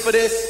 for this?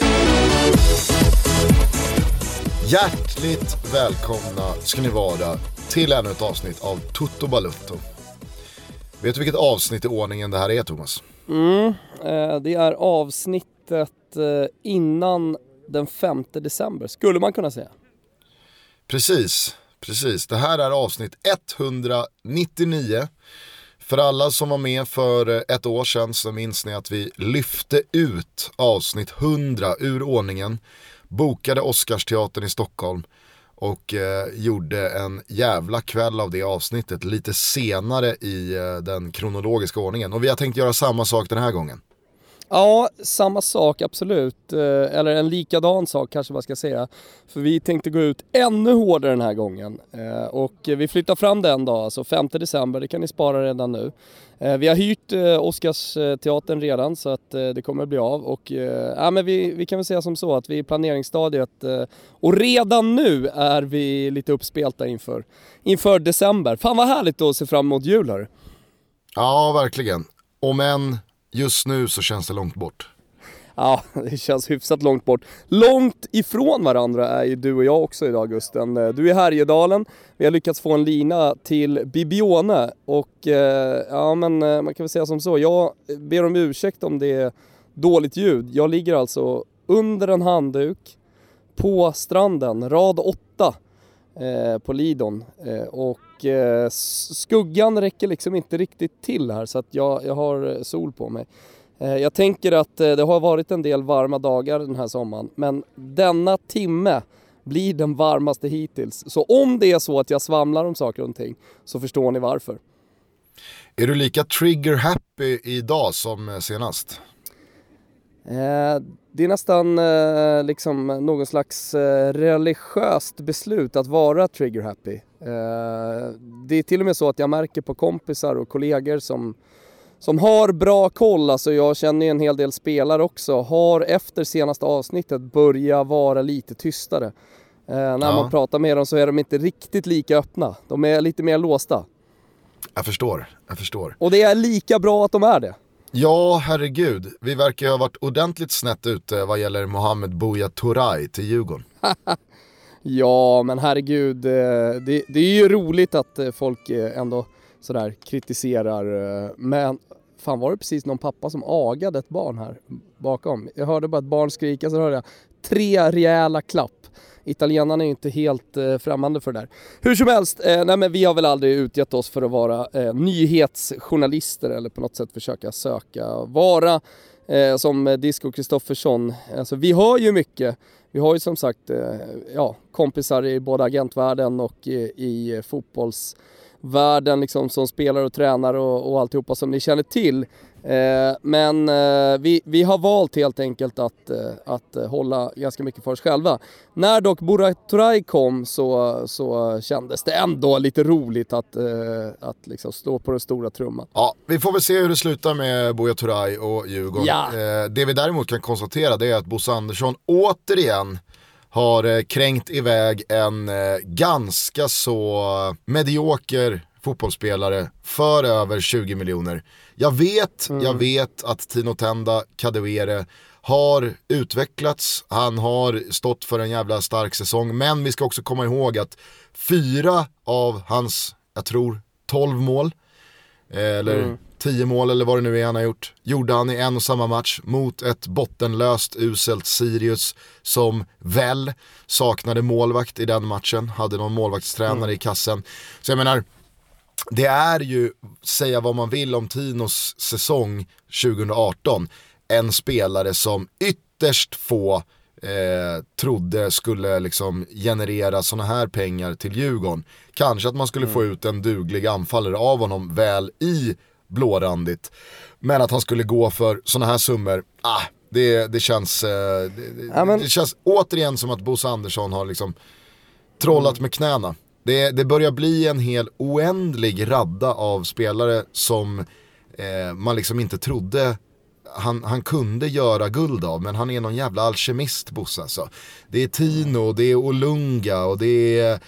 Hjärtligt välkomna ska ni vara till ännu ett avsnitt av Tutto Balutto. Vet du vilket avsnitt i ordningen det här är, Thomas? Det är avsnittet innan den 5 december, skulle man kunna säga. Precis. Det här är avsnitt 199. För alla som var med för ett år sedan så minns ni att vi lyfte ut avsnitt 100 ur ordningen, bokade Oscarsteatern i Stockholm och gjorde en jävla kväll av det avsnittet lite senare i den kronologiska ordningen. Och vi har tänkt göra samma sak den här gången. Ja, samma sak, absolut. Eller en likadan sak kanske man ska säga. För vi tänkte gå ut ännu hårdare den här gången. Och vi flyttar fram den dag, alltså 5 december, det kan ni spara redan nu. Vi har hyrt Oscarsteatern redan så att det kommer att bli av. Och men vi kan väl säga som så att vi är i planeringsstadiet. Och redan nu är vi lite uppspelta inför december. Fan vad härligt att se fram emot jul här. Ja, verkligen. Men just nu så känns det långt bort. Ja, det känns hyfsat långt bort. Långt ifrån varandra är ju du och jag också idag, Gusten. Du är i Härjedalen. Vi har lyckats få en lina till Bibione. Och men man kan väl säga som så. Jag ber om ursäkt om det är dåligt ljud. Jag ligger alltså under en handduk på stranden, rad 8 på Lidon. Och skuggan räcker liksom inte riktigt till här så att jag har sol på mig. Jag tänker att det har varit en del varma dagar den här sommaren, men denna timme blir den varmaste hittills. Så om det är så att jag svamlar om saker och ting så förstår ni varför. Är du lika trigger happy idag som senast? Det är nästan liksom någon slags religiöst beslut att vara trigger happy. Det är till och med så att jag märker på kompisar och kollegor som har bra koll, alltså jag känner ju en hel del spelare också, har efter senaste avsnittet börjat vara lite tystare. När man pratar med dem så är de inte riktigt lika öppna, de är lite mer låsta. Jag förstår. Och det är lika bra att de är det. Ja, herregud. Vi verkar ha varit ordentligt snett ute vad gäller Mohamed Buya Turay till Djurgården. Ja, men herregud, det är ju roligt att folk ändå sådär kritiserar. Men fan, var det precis någon pappa som agade ett barn här bakom? Jag hörde bara ett barn skrika, så hörde jag 3 rejäla klapp. Italienarna är ju inte helt främmande för det där. Hur som helst, men vi har väl aldrig utgett oss för att vara nyhetsjournalister eller på något sätt försöka söka vara som Disco Kristoffersson. Alltså, vi hör ju mycket. Vi har ju som sagt kompisar i både agentvärlden och i fotbollsvärlden liksom, som spelar och tränar och alltihopa som ni känner till. Men vi har valt helt enkelt att hålla ganska mycket för oss själva. När dock Buya Turay kom så kändes det ändå lite roligt att liksom slå på den stora trumman. Ja, vi får väl se hur det slutar med Buya Turay och Djurgården. Ja. Det vi däremot kan konstatera, det är att Bosse Andersson återigen har kränkt iväg en ganska så medioker fotbollsspelare för över 20 miljoner. Jag vet att Tino Tenda Kadewere har utvecklats, han har stått för en jävla stark säsong, men vi ska också komma ihåg att 4 av hans, jag tror 12 mål eller 10 mål eller vad det nu är han har gjort, gjorde han i en och samma match mot ett bottenlöst uselt Sirius som väl saknade målvakt i den matchen, hade någon målvaktstränare i kassen. Så jag menar, det är ju, säga vad man vill om Tinos säsong 2018, en spelare som ytterst få trodde skulle liksom generera såna här pengar till Djurgården. Kanske att man skulle få ut en duglig anfallare av honom väl i blårandigt, men att han skulle gå för såna här summor, det känns det känns återigen som att Bosse Andersson har liksom trollat med knäna. Det börjar bli en hel oändlig radda av spelare som man liksom inte trodde han kunde göra guld av, men han är någon jävla alkemist, Bosse, alltså. Det är Tino, det är Olunga och det är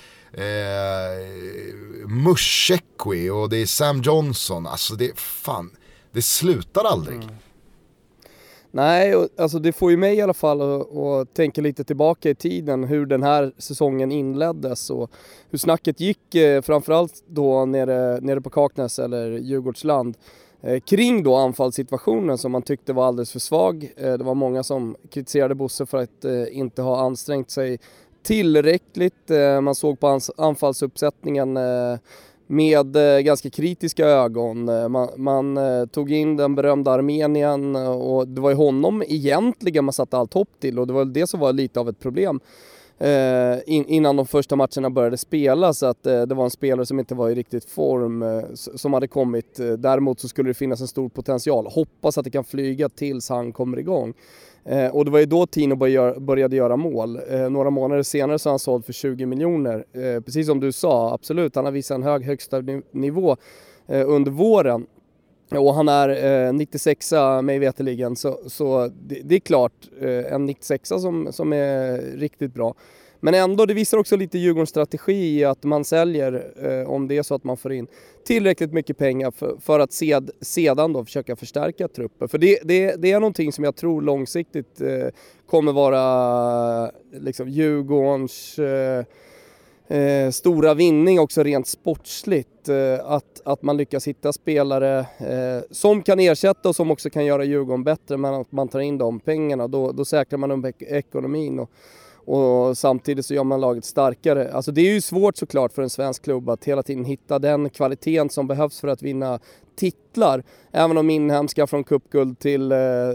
Mushekwi och det är Sam Johnson. Alltså det slutar aldrig. Nej, alltså det får ju mig i alla fall att tänka lite tillbaka i tiden hur den här säsongen inleddes och hur snacket gick framförallt då nere på Kaknäs eller Djurgårdsland kring då anfallssituationen som man tyckte var alldeles för svag. Det var många som kritiserade Bosse för att inte ha ansträngt sig tillräckligt. Man såg på anfallsuppsättningen med ganska kritiska ögon. Man tog in den berömda Armenien och det var ju honom egentligen man satte allt hopp till och det var det som var lite av ett problem innan de första matcherna började spelas, att det var en spelare som inte var i riktigt form som hade kommit. Däremot så skulle det finnas en stor potential. Hoppas att det kan flyga tills han kommer igång. Och det var ju då Tino började göra mål. Några månader senare så har han såld för 20 miljoner. Precis som du sa, absolut. Han har visat en högsta nivå under våren. Och han är 96a mig veterligen. Så det är klart en 96a som är riktigt bra. Men ändå, det visar också lite Djurgårdens strategi att man säljer om det är så att man får in tillräckligt mycket pengar för att sedan då försöka förstärka truppen. För det är någonting som jag tror långsiktigt kommer vara liksom Djurgårdens stora vinning också rent sportsligt. Att man lyckas hitta spelare som kan ersätta och som också kan göra Djurgården bättre, men att man tar in de pengarna, då säkrar man upp ekonomin och samtidigt så gör man laget starkare. Alltså det är ju svårt såklart för en svensk klubb att hela tiden hitta den kvaliteten som behövs för att vinna titlar. Även om inhemska från cupguld till,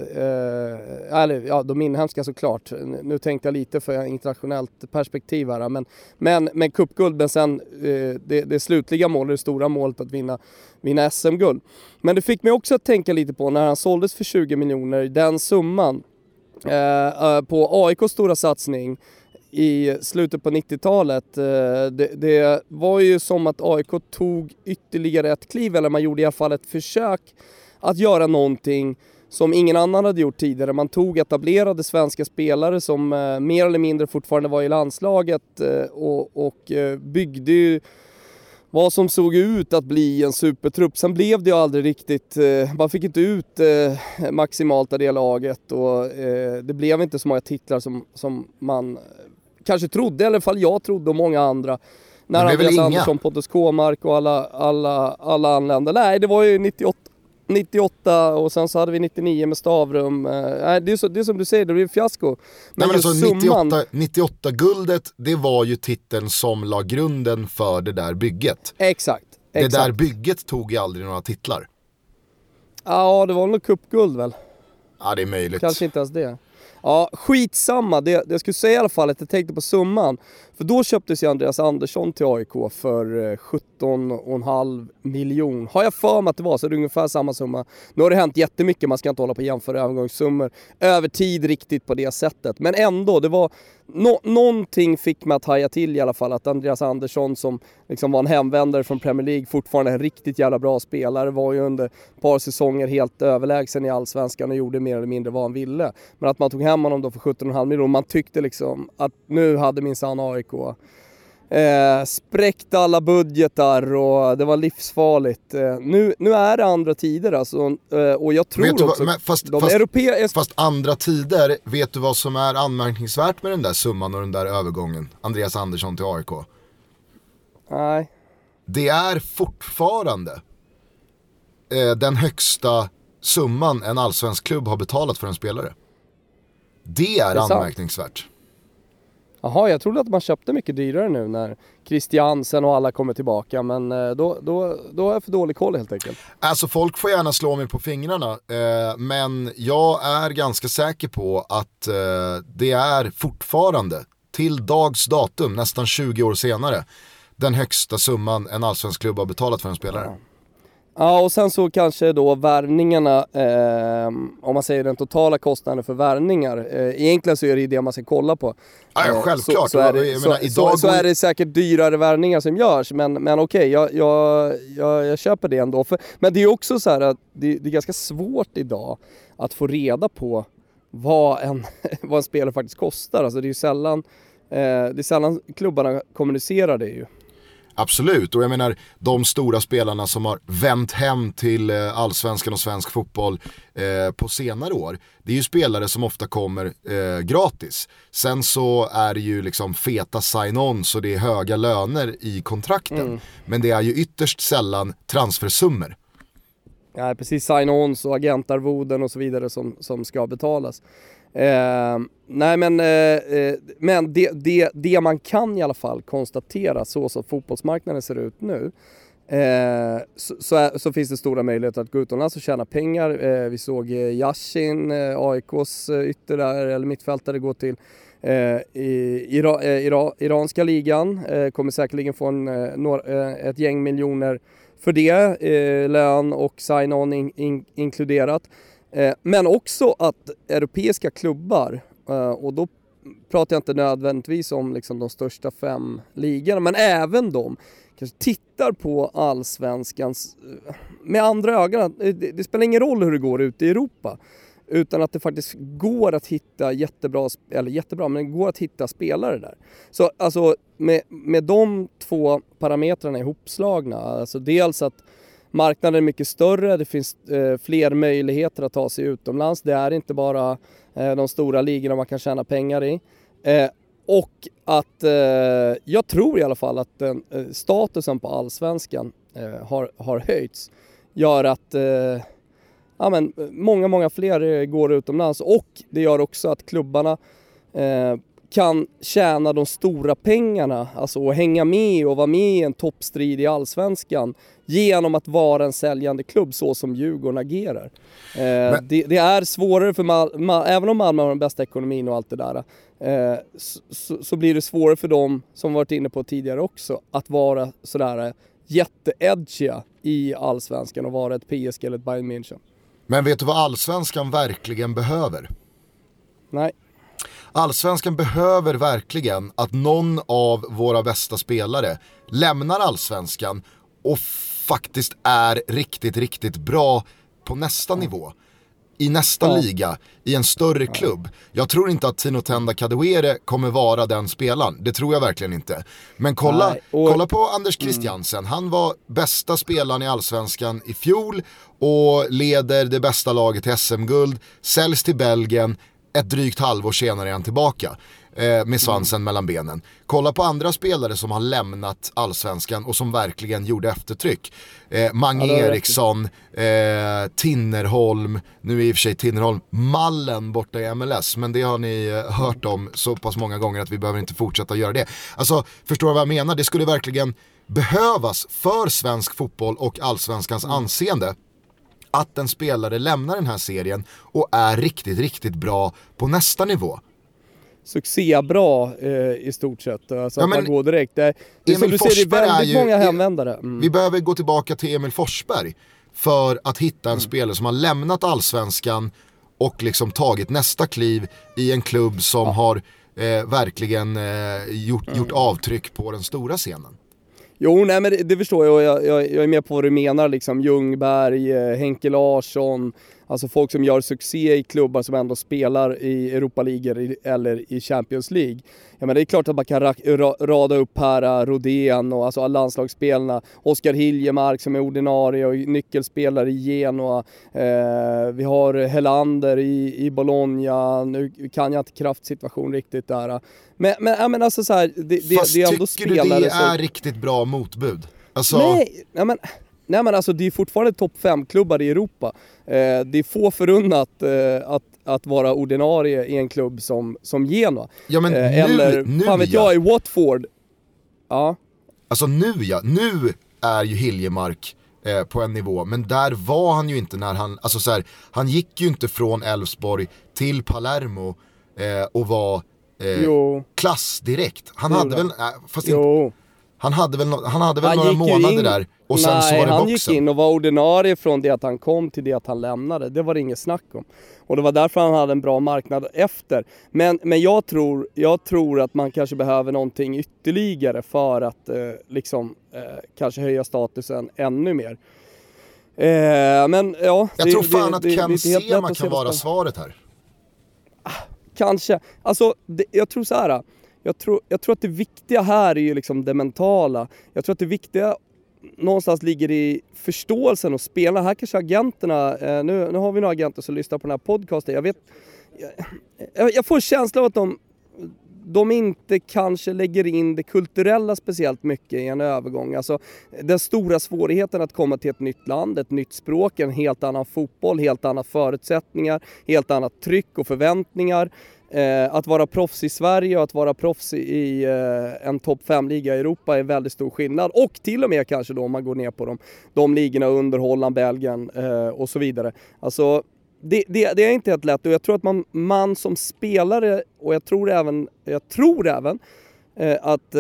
de inhemska såklart. Nu tänkte jag lite för internationellt perspektiv här. Men cupguld, men sen det slutliga målet, det stora målet att vinna SM-guld. Men det fick mig också att tänka lite på när han såldes för 20 miljoner, den summan. På AIKs stora satsning i slutet på 90-talet. Det var ju som att AIK tog ytterligare ett kliv, eller man gjorde i alla fall ett försök att göra någonting som ingen annan hade gjort tidigare. Man tog etablerade svenska spelare som mer eller mindre fortfarande var i landslaget och byggde ju vad som såg ut att bli en supertrupp. Sen blev det ju aldrig riktigt, man fick inte ut maximalt av det laget och det blev inte så många titlar som man kanske trodde, i alla fall jag trodde och många andra. När Andreas Andersson, Pontus Kåmark och alla anlända. Nej, det var ju 98 och sen så hade vi 99 med Stavrum. Det är som du säger, det blev fiasko. Men alltså 98-guldet, det var ju titeln som la grunden för det där bygget. Exakt. Det där bygget tog ju aldrig några titlar. Ja, det var nog cupguld väl. Ja, det är möjligt. Kanske inte ens det. Ja, skitsamma. Jag skulle säga i alla fall att jag tänkte på summan. För då köptes ju Andreas Andersson till AIK för 17,5 miljoner. Har jag för mig att det var, så det är ungefär samma summa. Nu har det hänt jättemycket, man ska inte hålla på att jämföra övergångssummor över tid riktigt på det sättet. Men ändå, det var någonting fick mig att haja till i alla fall. Att Andreas Andersson, som liksom var en hemvändare från Premier League, fortfarande en riktigt jävla bra spelare, var ju under ett par säsonger helt överlägsen i Allsvenskan och gjorde mer eller mindre vad han ville. Men att man tog hem honom då för 17,5 miljoner, man tyckte liksom att nu hade minsann AIK spräckt alla budgetar och det var livsfarligt. Nu är det andra tider alltså, och jag tror också fast andra tider, vet du vad som är anmärkningsvärt med den där summan och den där övergången, Andreas Andersson till AIK? Nej. Det är fortfarande den högsta summan en allsvensk klubb har betalat för en spelare. Det är anmärkningsvärt. Jaha, jag trodde att man köpte mycket dyrare nu när Christiansen och alla kommer tillbaka, men då har jag för dålig koll helt enkelt. Alltså folk får gärna slå mig på fingrarna, men jag är ganska säker på att det är fortfarande till dags datum, nästan 20 år senare, den högsta summan en allsvensk klubb har betalat för en spelare. Ja. Ja, och sen så kanske då värvningarna, om man säger den totala kostnaden för värvningar, egentligen så är det man ska kolla på. Ja, självklart. Så är det säkert dyrare värvningar som görs, men okej, jag köper det ändå. Men det är också så här att det är ganska svårt idag att få reda på vad en spelare faktiskt kostar. Alltså det är ju sällan klubbarna kommunicerar det ju. Absolut, och jag menar de stora spelarna som har vänt hem till allsvenskan och svensk fotboll på senare år, det är ju spelare som ofta kommer gratis. Sen så är det ju liksom feta sign-ons och det är höga löner i kontrakten, men det är ju ytterst sällan transfersummor. Ja, precis, sign-ons och agentarvoden och så vidare som ska betalas. Nej men det man kan i alla fall konstatera så som fotbollsmarknaden ser ut nu, så finns det stora möjligheter att gå utomlands och tjäna pengar. Vi såg Yashin, AIKs ytter eller mittfältare, gå till iranska ligan, kommer säkerligen få ett gäng miljoner för det, lön och sign-on inkluderat. Men också att europeiska klubbar, och då pratar jag inte nödvändigtvis om liksom de största 5 ligorna, men även de kanske tittar på allsvenskans med andra ögon. Det spelar ingen roll hur det går ute i Europa, utan att det faktiskt går att hitta men det går att hitta spelare där. Så alltså med de 2 parametrarna ihopslagna, alltså dels att marknaden är mycket större, det finns fler möjligheter att ta sig utomlands. Det är inte bara de stora ligorna man kan tjäna pengar i. Och att jag tror i alla fall att statusen på allsvenskan har höjts. Gör att många fler går utomlands, och det gör också att klubbarna kan tjäna de stora pengarna, alltså att hänga med och vara med i en toppstrid i allsvenskan genom att vara en säljande klubb så som Djurgården agerar. Det är svårare för även om Malmö har den bästa ekonomin och allt det där, så blir det svårare för dem, som varit inne på tidigare också, att vara sådär jätteedgiga i allsvenskan och vara ett PSG eller ett Bayern München. Men vet du vad allsvenskan verkligen behöver? Nej. Allsvenskan behöver verkligen att någon av våra bästa spelare lämnar allsvenskan och faktiskt är riktigt, riktigt bra på nästa nivå. I nästa liga, i en större klubb. Jag tror inte att Tino Tenda Kadewere kommer vara den spelaren. Det tror jag verkligen inte. Men kolla på Anders Christiansen. Han var bästa spelaren i allsvenskan i fjol och leder det bästa laget till SM-guld. Säljs till Belgien. Ett drygt halvår senare är han tillbaka med svansen mellan benen. Kolla på andra spelare som har lämnat allsvenskan och som verkligen gjorde eftertryck. Mange Eriksson, Tinnerholm, nu är i och för sig Tinnerholm Mallen borta i MLS, men det har ni hört om så pass många gånger att vi behöver inte fortsätta göra det. Alltså, förstår du vad jag menar? Det skulle verkligen behövas för svensk fotboll och allsvenskans anseende att en spelare lämnar den här serien och är riktigt, riktigt bra på nästa nivå. Succébra i stort sett. Alltså att man går direkt. Det som du ser, det är väldigt många hemvändare. Vi behöver gå tillbaka till Emil Forsberg för att hitta en spelare som har lämnat allsvenskan och liksom tagit nästa kliv i en klubb som har verkligen gjort avtryck på den stora scenen. Jo, nej, men det förstår jag. Jag är med på vad du menar, liksom Ljungberg, Henke Larsson, alltså folk som gör succé i klubbar som ändå spelar i Europa League eller i Champions League. Ja, men det är klart att man kan rada upp här Rodén och alltså landslagsspelarna, Oskar Hiljemark som är ordinarie och nyckelspelare i Genoa. Vi har Helander i Bologna. Nu kan jag inte kraftsituation riktigt där. Men alltså så här, det är ändå spelare. Tycker du det är riktigt bra motbud? Alltså... Nej men alltså det är fortfarande topp 5-klubbar i Europa. Det är få förunnat att vara ordinarie i en klubb som Genoa. Ja, men fan vet jag, i Watford. Ja. Alltså nu är ju Hiljemark på en nivå, men där var han ju inte när han, alltså så här, han gick ju inte från Elfsborg till Palermo och var klass direkt. Han hade väl fast inte, han hade väl några månader där och sen så var det han boxen. Gick in och var ordinarie från det att han kom till det att han lämnade. Det var det inget snack om. Och det var därför han hade en bra marknad efter. Men jag tror att man kanske behöver någonting ytterligare för att kanske höja statusen ännu mer. Men ja, jag tror fan att Ken Sema kan vara svaret här. Kanske. Alltså, jag tror så här. jag tror att det viktiga här är ju liksom det mentala. Jag tror att det viktiga någonstans ligger i förståelsen och spela. Här kanske agenterna, nu har vi några agenter som lyssnar på den här podcasten. Jag får känslan av att de inte kanske lägger in det kulturella speciellt mycket i en övergång. Alltså den stora svårigheten att komma till ett nytt land, ett nytt språk, en helt annan fotboll, helt andra förutsättningar, helt annat tryck och förväntningar. Att vara proffs i Sverige och att vara proffs i en topp 5-liga i Europa är väldigt stor skillnad. Och till och med kanske då om man går ner på de ligorna under Holland, Belgien och så vidare. Alltså det är inte helt lätt, och jag tror att man som spelare, och jag tror även att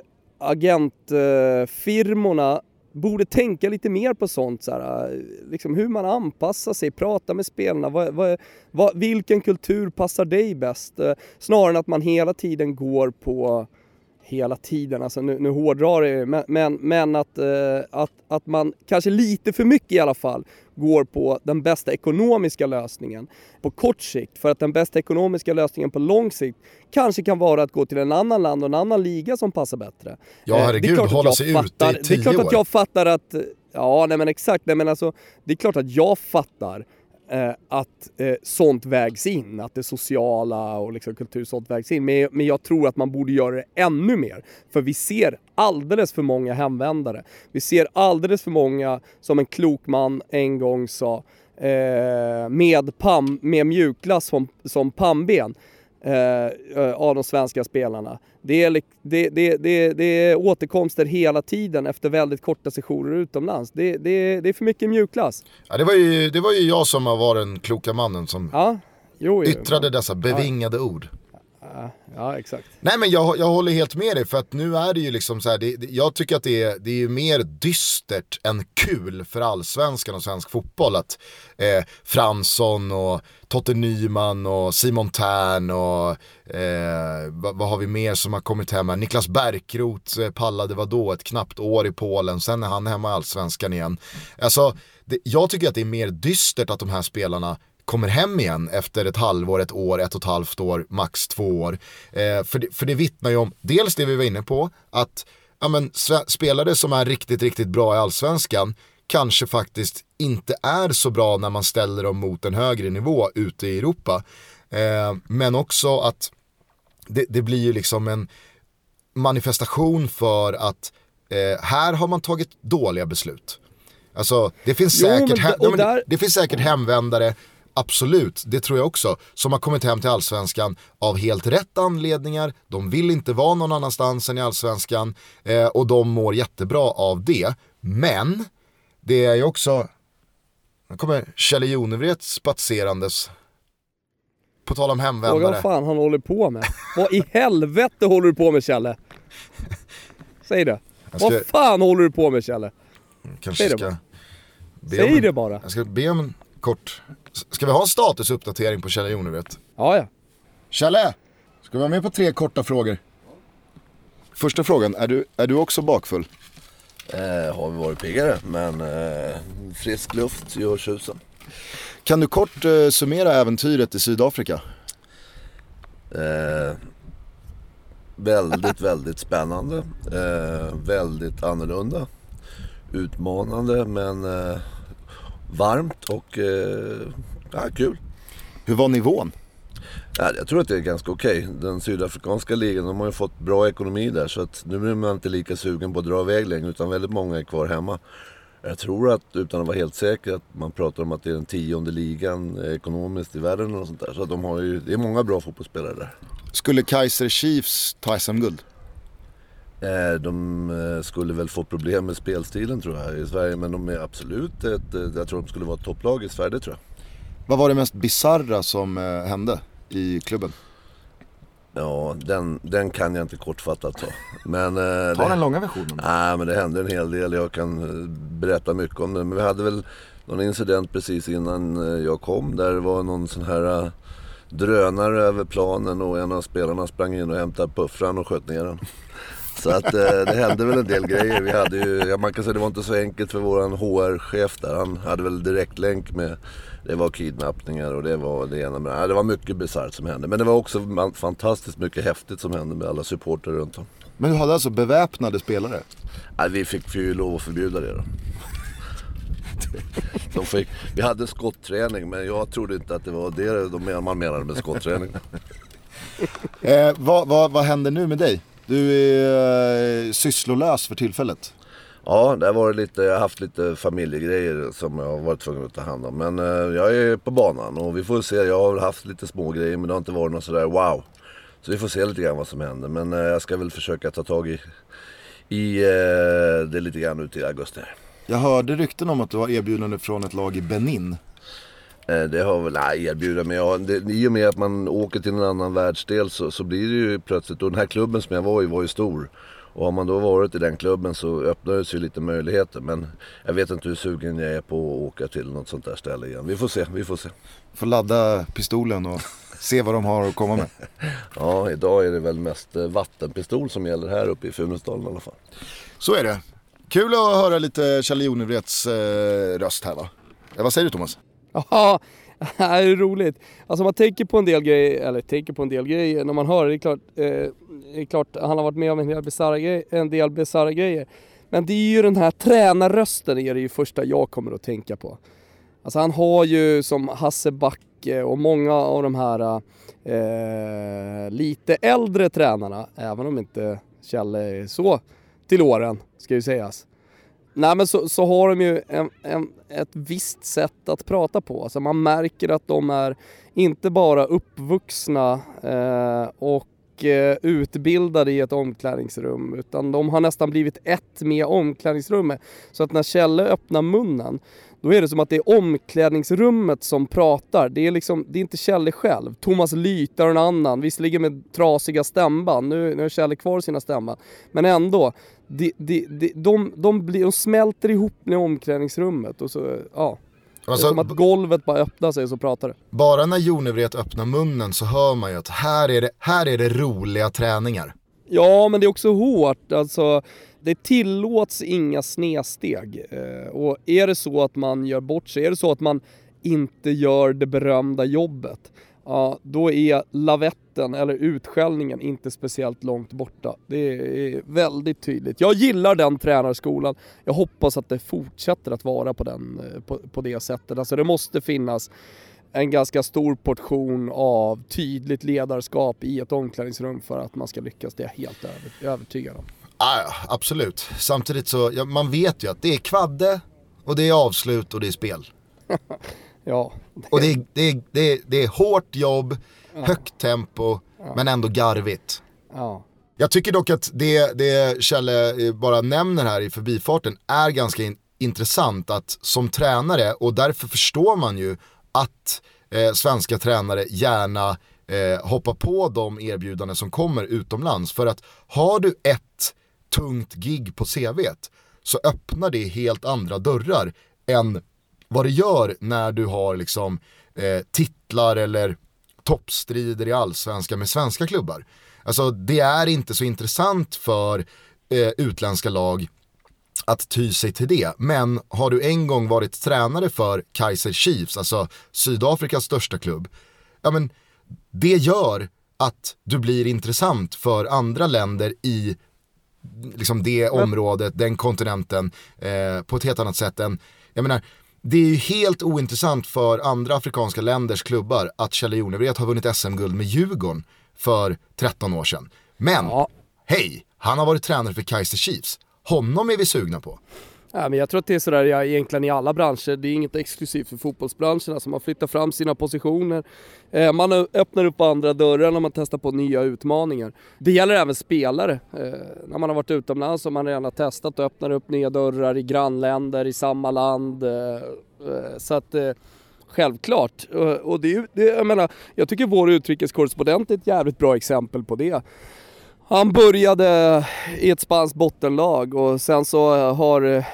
agentfirmorna borde tänka lite mer på sånt, så här, liksom hur man anpassar sig, prata med spelarna, vilken kultur passar dig bäst, snarare än att man hela tiden går på alltså nu hårdrar det, men att man kanske lite för mycket i alla fall går på den bästa ekonomiska lösningen på kort sikt, för att den bästa ekonomiska lösningen på lång sikt kanske kan vara att gå till en annan land och en annan liga som passar bättre. Ja, herregud, hålla sig ute i 10 år. Det är klart att jag fattar att, ja, nej men exakt, nej men alltså, det är klart att jag fattar att sånt vägs in, att det sociala och liksom kultur sånt vägs in, men jag tror att man borde göra det ännu mer, för vi ser alldeles för många hemvändare, vi ser alldeles för många, som en klok man en gång sa, med mjukglass som pannben av de svenska spelarna. Det är återkomster hela tiden efter väldigt korta sessioner utomlands. Det är för mycket mjukglass. Ja, det var ju jag som var den kloka mannen som yttrade dessa bevingade ord. Ja, exakt. Nej, men jag håller helt med dig, för att nu är det ju liksom så här, jag tycker att det är mer dystert än kul för allsvenskan och svensk fotboll att Fransson och Totte Nyman och Simon Tern och vad har vi mer som har kommit hem här? Niklas Bärkroth pallade ett knappt år i Polen, sen är han hemma i allsvenskan igen. Alltså, jag tycker att det är mer dystert att de här spelarna kommer hem igen efter ett halvår, ett år, 1,5 år, max 2 år. För det vittnar ju om dels det vi var inne på, att spelare som är riktigt, riktigt bra i allsvenskan kanske faktiskt inte är så bra när man ställer dem mot en högre nivå ute i Europa. Men också att det blir ju liksom en manifestation för att här har man tagit dåliga beslut. Alltså det finns det finns säkert hemvändare, absolut, det tror jag också, som har kommit hem till allsvenskan av helt rätt anledningar. De vill inte vara någon annanstans än i allsvenskan, och de mår jättebra av det. Men det är ju också, nu kommer Kjelle Jonevret spatserandes. På tal om hemvändare. Vad fan han håller på med? Vad i helvete håller du på med, Kjelle? Säg det. Vad fan håller du på med, Kjelle? Kanske ska Säg det bara. Jag ska be om en kort. Ska vi ha en statusuppdatering på Kjelle Jonevret? Ja. Kjelle, ska vi vara med på 3 korta frågor? Första frågan, är du också bakfull? Har vi varit piggare, men frisk luft gör tjusen. Kan du kort summera äventyret i Sydafrika? Väldigt, väldigt spännande. Väldigt annorlunda. Utmanande, men varmt och kul. Hur var nivån? Jag tror att det är ganska okej. Den sydafrikanska ligan, de har ju fått bra ekonomi där, så att nu är man inte lika sugen på att dra iväg längre, utan väldigt många är kvar hemma. Jag tror att, utan att vara helt säker, att man pratar om att det är den 10:e ligan ekonomiskt i världen och sånt där. Så att det är många bra fotbollsspelare där. Skulle Kaizer Chiefs ta SM-guld? De skulle väl få problem med spelstilen, tror jag, i Sverige. Men de är absolut jag tror de skulle vara ett topplag i Sverige, tror jag. Vad var det mest bizarra som hände i klubben? Ja, den kan jag inte kortfattat ta. Men, ta den långa versionen. Nej, men det hände en hel del. Jag kan berätta mycket om det. Men vi hade väl någon incident precis innan jag kom. Där det var någon sån här drönare över planen och en av spelarna sprang in och hämtade puffran och sköt ner den. Så att det hände väl en del grejer. Vi hade ju, man kan säga det var inte så enkelt för våran HR-chef där. Han hade väl direktlänk med, det var kidnappningar och det var det ena med det var mycket bisarrt som hände. Men det var också fantastiskt mycket häftigt som hände med alla supporter runt om. Men du hade alltså beväpnade spelare? Nej, vi fick ju lov att förbjuda det då. Vi hade skotträning, men jag trodde inte att det var det man menade med skotträning. Vad händer nu med dig? Du är sysslolös för tillfället. Ja, det var jag har haft lite familjegrejer som jag har varit tvungen att ta hand om. Men jag är på banan och vi får se. Jag har haft lite små grejer, men det har inte varit något sådär wow. Så vi får se lite grann vad som händer. Men jag ska väl försöka ta tag i det lite grann ut i augusti här. Jag hörde rykten om att du har erbjudande från ett lag i Benin. Det har väl erbjudit mig. I och med att man åker till en annan världsdel så blir det ju plötsligt. Och den här klubben som jag var ju stor. Och har man då varit i den klubben så öppnar det sig lite möjligheter. Men jag vet inte hur sugen jag är på att åka till något sånt där ställe igen. Vi får se. Får ladda pistolen och se vad de har att komma med. Ja, idag är det väl mest vattenpistol som gäller här uppe i Funäsdalen i alla fall. Så är det. Kul att höra lite Kjell Jonevrets röst här va? Vad säger du Thomas? Ja, det är roligt. Alltså man tänker på en del grejer, när man hör det är klart han har varit med om en del bisarra grejer. Men det är ju den här tränarrösten är det ju första jag kommer att tänka på. Alltså han har ju som Hasse Backe och många av de här lite äldre tränarna, även om inte Kjell är så till åren ska ju sägas. Nej men så har de ju ett visst sätt att prata på. Alltså man märker att de är inte bara uppvuxna och utbildade i ett omklädningsrum, utan de har nästan blivit ett med omklädningsrummet. Så att när Kjelle öppnar munnen, då är det som att det är omklädningsrummet som pratar. Det är inte Kjelle själv. Thomas Lytar och en annan, visserligen med trasiga stämband. Nu har Kjelle kvar sina stämband. Men ändå, de smälter ihop med omklädningsrummet. Och så, ja. Alltså, det är som att golvet bara öppnar sig och så pratar det. Bara när Jonevret öppnar munnen så hör man ju att här är det roliga träningar. Ja, men det är också hårt. Alltså, det tillåts inga snedsteg. Och är det så att man gör bort sig, är det så att man inte gör det berömda jobbet, ja, då är lavetten eller utskällningen inte speciellt långt borta. Det är väldigt tydligt. Jag gillar den tränarskolan. Jag hoppas att det fortsätter att vara på det sättet. Alltså det måste finnas en ganska stor portion av tydligt ledarskap i ett omklädningsrum för att man ska lyckas. Det är jag helt övertygad om. Ja, absolut. Samtidigt så, man vet ju att det är kvadde och det är avslut och det är spel. Ja. Och det är hårt jobb, högt tempo, men ändå garvigt. Ja. Jag tycker dock att det Kjelle bara nämner här i förbifarten är ganska intressant, att som tränare, och därför förstår man ju att svenska tränare gärna hoppar på de erbjudanden som kommer utomlands. För att har du ett tungt gig på CV:t så öppnar det helt andra dörrar än vad det gör när du har liksom titlar eller toppstrider i allsvenskan med svenska klubbar. Alltså det är inte så intressant för utländska lag att ty sig till det. Men har du en gång varit tränare för Kaizer Chiefs, alltså Sydafrikas största klubb, ja men det gör att du blir intressant för andra länder i liksom det området, den kontinenten på ett helt annat sätt än, jag menar, det är ju helt ointressant för andra afrikanska länders klubbar att Kjell Jonevret har vunnit SM-guld med Djurgården för 13 år sedan. Men, hej, han har varit tränare för Kaizer Chiefs. Honom är vi sugna på. Ja, men jag tror att det är sådär egentligen i alla branscher. Det är inget exklusivt för fotbollsbranschen. Alltså man flyttar fram sina positioner. Man öppnar upp andra dörrar när man testar på nya utmaningar. Det gäller även spelare. När man har varit utomlands och man redan har testat och öppnar upp nya dörrar i grannländer, i samma land. Så att självklart. Och jag tycker vår utrikeskorrespondent är ett jävligt bra exempel på det. Han började i ett spanskt bottenlag och sen så har,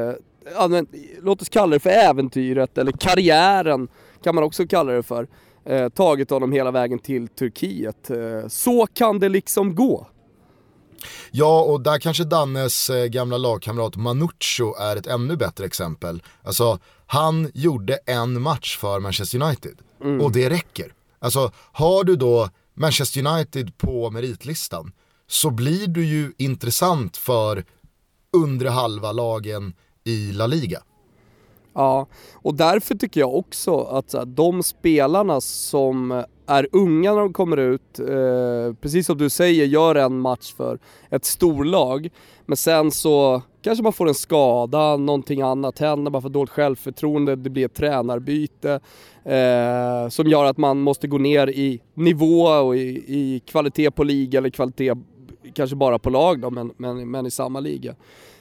låt oss kalla det för äventyret eller karriären kan man också kalla det för, tagit honom hela vägen till Turkiet. Så kan det liksom gå. Ja, och där kanske Dannes gamla lagkamrat Manuccio är ett ännu bättre exempel. Alltså, han gjorde en match för Manchester United. Och det räcker. Alltså, har du då Manchester United på meritlistan så blir du ju intressant för undre halva lagen i La Liga. Ja, och därför tycker jag också att de spelarna som är unga när de kommer ut, precis som du säger, gör en match för ett storlag, men sen så kanske man får en skada, någonting annat händer, man får dåligt självförtroende, det blir ett tränarbyte som gör att man måste gå ner i nivå och i kvalitet på liga, eller kvalitet kanske bara på lag då, men i samma liga.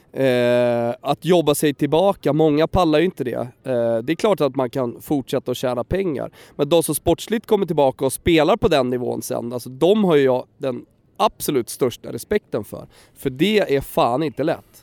Att jobba sig tillbaka, många pallar ju inte det. Det är klart att man kan fortsätta att tjäna pengar, men de som sportsligt kommer tillbaka och spelar på den nivån sen, alltså de har ju jag den absolut största respekten för det är fan inte lätt.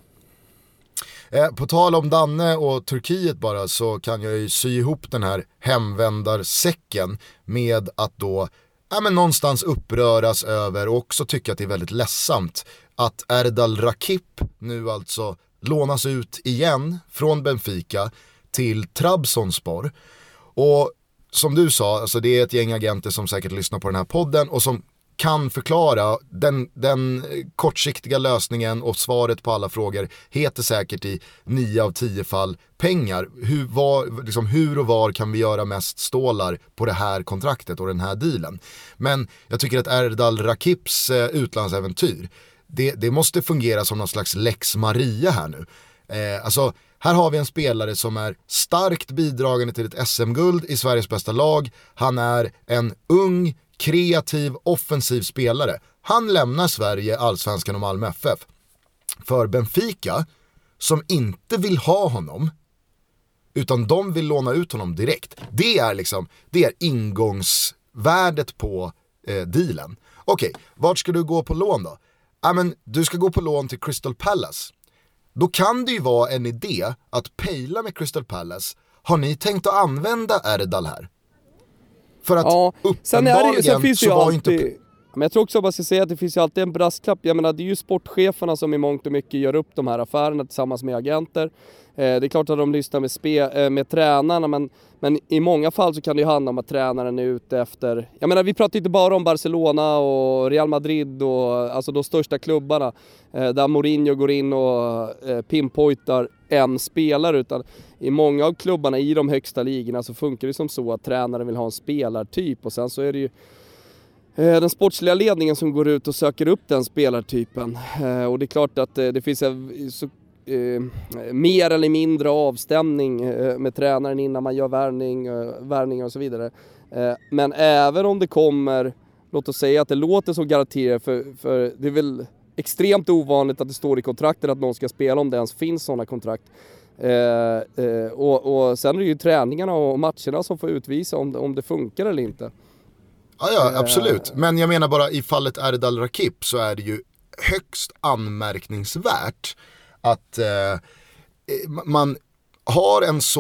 På tal om Danne och Turkiet bara, så kan jag ju sy ihop den här hemvändarsäcken med att då någonstans uppröras över och också tycka att det är väldigt ledsamt att Erdal Rakip nu alltså lånas ut igen från Benfica till Trabzonspor. Och som du sa, alltså det är ett gäng agenter som säkert lyssnar på den här podden och som kan förklara den kortsiktiga lösningen, och svaret på alla frågor heter säkert i 9 av 10 fall pengar. Hur och var kan vi göra mest stålar på det här kontraktet och den här dealen? Men jag tycker att Erdal Rakips utlandsäventyr, det måste fungera som någon slags Lex Maria här nu. Alltså, här har vi en spelare som är starkt bidragande till ett SM-guld i Sveriges bästa lag. Han är en ung, kreativ, offensiv spelare. Han lämnar Sverige, Allsvenskan och Malmö FF för Benfica, som inte vill ha honom, utan de vill låna ut honom direkt. Det är ingångsvärdet på dealen. Okej, vart ska du gå på lån då? Du ska gå på lån till Crystal Palace. Då kan det ju vara en idé att pejla med Crystal Palace. Har ni tänkt att använda Erdal här? För att uppenbarligen sen finns så var inte... Men jag tror också att man ska säga att det finns ju alltid en brasklapp. Jag menar, det är ju sportcheferna som i mångt och mycket gör upp de här affärerna tillsammans med agenter. Det är klart att de lyssnar med tränarna, men i många fall så kan det ju handla om att tränaren är ute efter... Jag menar, vi pratar inte bara om Barcelona och Real Madrid och alltså de största klubbarna där Mourinho går in och pinpointar en spelare, utan i många av klubbarna i de högsta ligorna så funkar det som så att tränaren vill ha en spelartyp, och sen så är det ju den sportsliga ledningen som går ut och söker upp den spelartypen. Och det är klart att det finns mer eller mindre avstämning med tränaren innan man gör värvningar och så vidare. Men även om det kommer, låt oss säga att det låter som garanterat, för det är väl extremt ovanligt att det står i kontraktet att någon ska spela, om det ens finns sådana kontrakt. Och sen är det ju träningarna och matcherna som får utvisa om det funkar eller inte. Ja, absolut. Men jag menar bara, i fallet Erdal Rakip så är det ju högst anmärkningsvärt att man har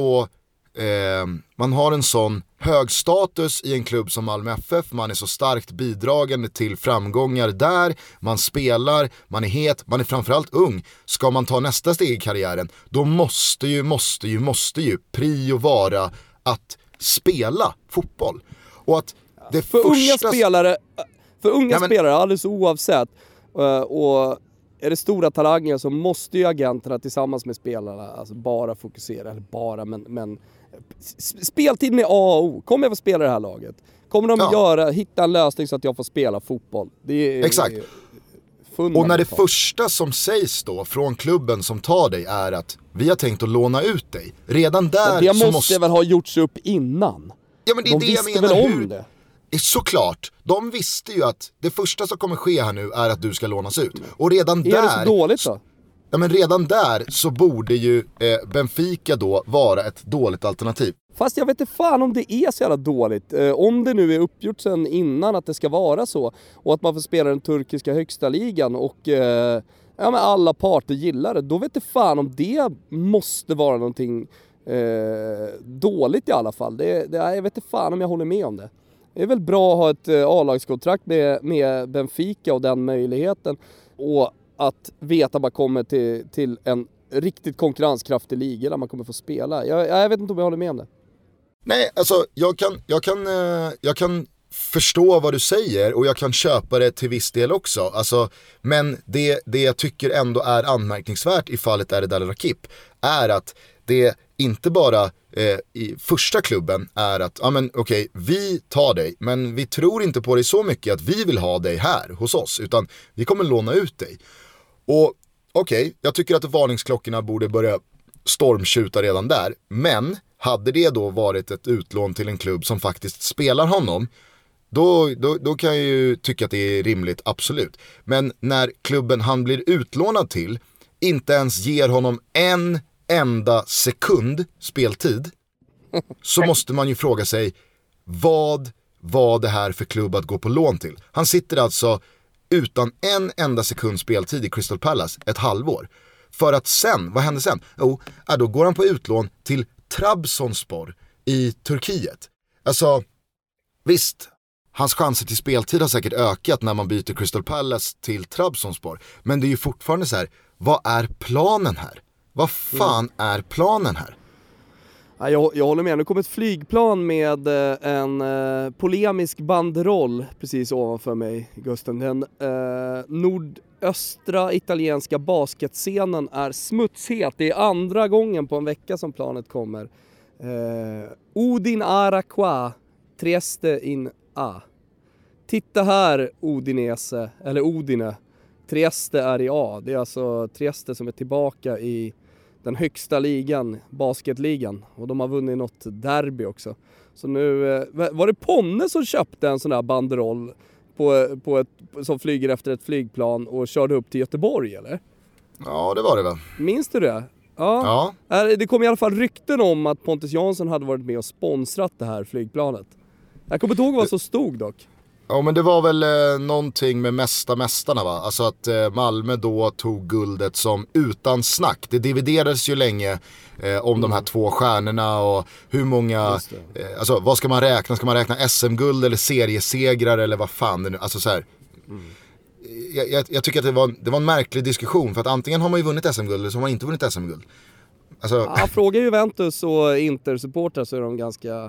en sån hög status i en klubb som Malmö FF. Man är så starkt bidragande till framgångar där. Man spelar, man är het, man är framförallt ung. Ska man ta nästa steg i karriären, då måste ju prio vara att spela fotboll. Och att det för unga spelare, alldeles oavsett, och är det stora talanger så måste ju agenterna tillsammans med spelarna alltså bara fokusera, eller bara, men speltiden är A och O. Kommer jag få spela det här laget? Kommer de hitta en lösning så att jag får spela fotboll? Det är exakt. Och när det första som sägs då från klubben som tar dig är att vi har tänkt att låna ut dig, redan där men det måste väl ha gjorts upp innan. Ja, men det är de det visste jag menar, väl om det? Såklart, de visste ju att det första som kommer ske här nu är att du ska lånas ut. Och redan är det så dåligt då? Ja, men redan där så borde ju Benfica då vara ett dåligt alternativ. Fast jag vet inte fan om det är så jävla dåligt. Om det nu är uppgjort sen innan att det ska vara så, och att man får spela den turkiska högsta ligan och men alla parter gillar det, då vet inte fan om det måste vara någonting dåligt i alla fall. Jag vet inte fan om jag håller med om det. Det är väl bra att ha ett A-lagskontrakt med Benfica och den möjligheten. Och att veta att man kommer till en riktigt konkurrenskraftig liga där man kommer få spela. Jag vet inte om jag håller med om det. Nej, alltså jag kan förstå vad du säger och jag kan köpa det till viss del också. Alltså, men det jag tycker ändå är anmärkningsvärt i fallet Erdal Rakip är att det inte bara i första klubben är att okej, vi tar dig, men vi tror inte på dig så mycket att vi vill ha dig här hos oss, utan vi kommer låna ut dig. Och okej, jag tycker att varningsklockorna borde börja stormskjuta redan där, men hade det då varit ett utlån till en klubb som faktiskt spelar honom, då kan jag ju tycka att det är rimligt, absolut. Men när klubben han blir utlånad till inte ens ger honom en enda sekund speltid, så måste man ju fråga sig, vad var det här för klubb att gå på lån till? Han sitter alltså utan en enda sekund speltid i Crystal Palace ett halvår. För att sen, vad händer sen? Då går han på utlån till Trabzonspor i Turkiet. Alltså, visst, hans chanser till speltid har säkert ökat när man byter Crystal Palace till Trabzonspor. Men det är ju fortfarande så här, vad är planen här? Vad fan är planen här? Ja, jag håller med. Nu kom ett flygplan med en polemisk banderoll precis ovanför mig, Gusten. Den nordöstra italienska basketscenen är smutshet. Det är andra gången på en vecka som planet kommer. Udin ara qua, Trieste in A. Titta här, Udinese, eller Udine. Trieste är i A. Det är alltså Trieste som är tillbaka i den högsta ligan, basketligan. Och de har vunnit något derby också. Så nu, var det Ponne som köpte en sån där banderoll som flyger efter ett flygplan och körde upp till Göteborg, eller? Ja, det var det väl. Minns du det? Ja. Det kom i alla fall rykten om att Pontus Jansson hade varit med och sponsrat det här flygplanet. Jag kommer inte ihåg vad som stod dock. Ja, men det var väl någonting med mästarna, va? Alltså att Malmö då tog guldet som utan snack. Det dividerades ju länge om de här 2 stjärnorna och hur många, alltså vad ska man räkna? Ska man räkna SM-guld eller seriesegrar eller vad fan det nu, alltså så här. Jag tycker att det var en märklig diskussion, för att antingen har man ju vunnit SM-guld eller så har man inte vunnit SM-guld. Alltså... Ja, fråga Juventus och Inter-supportrar så är de ganska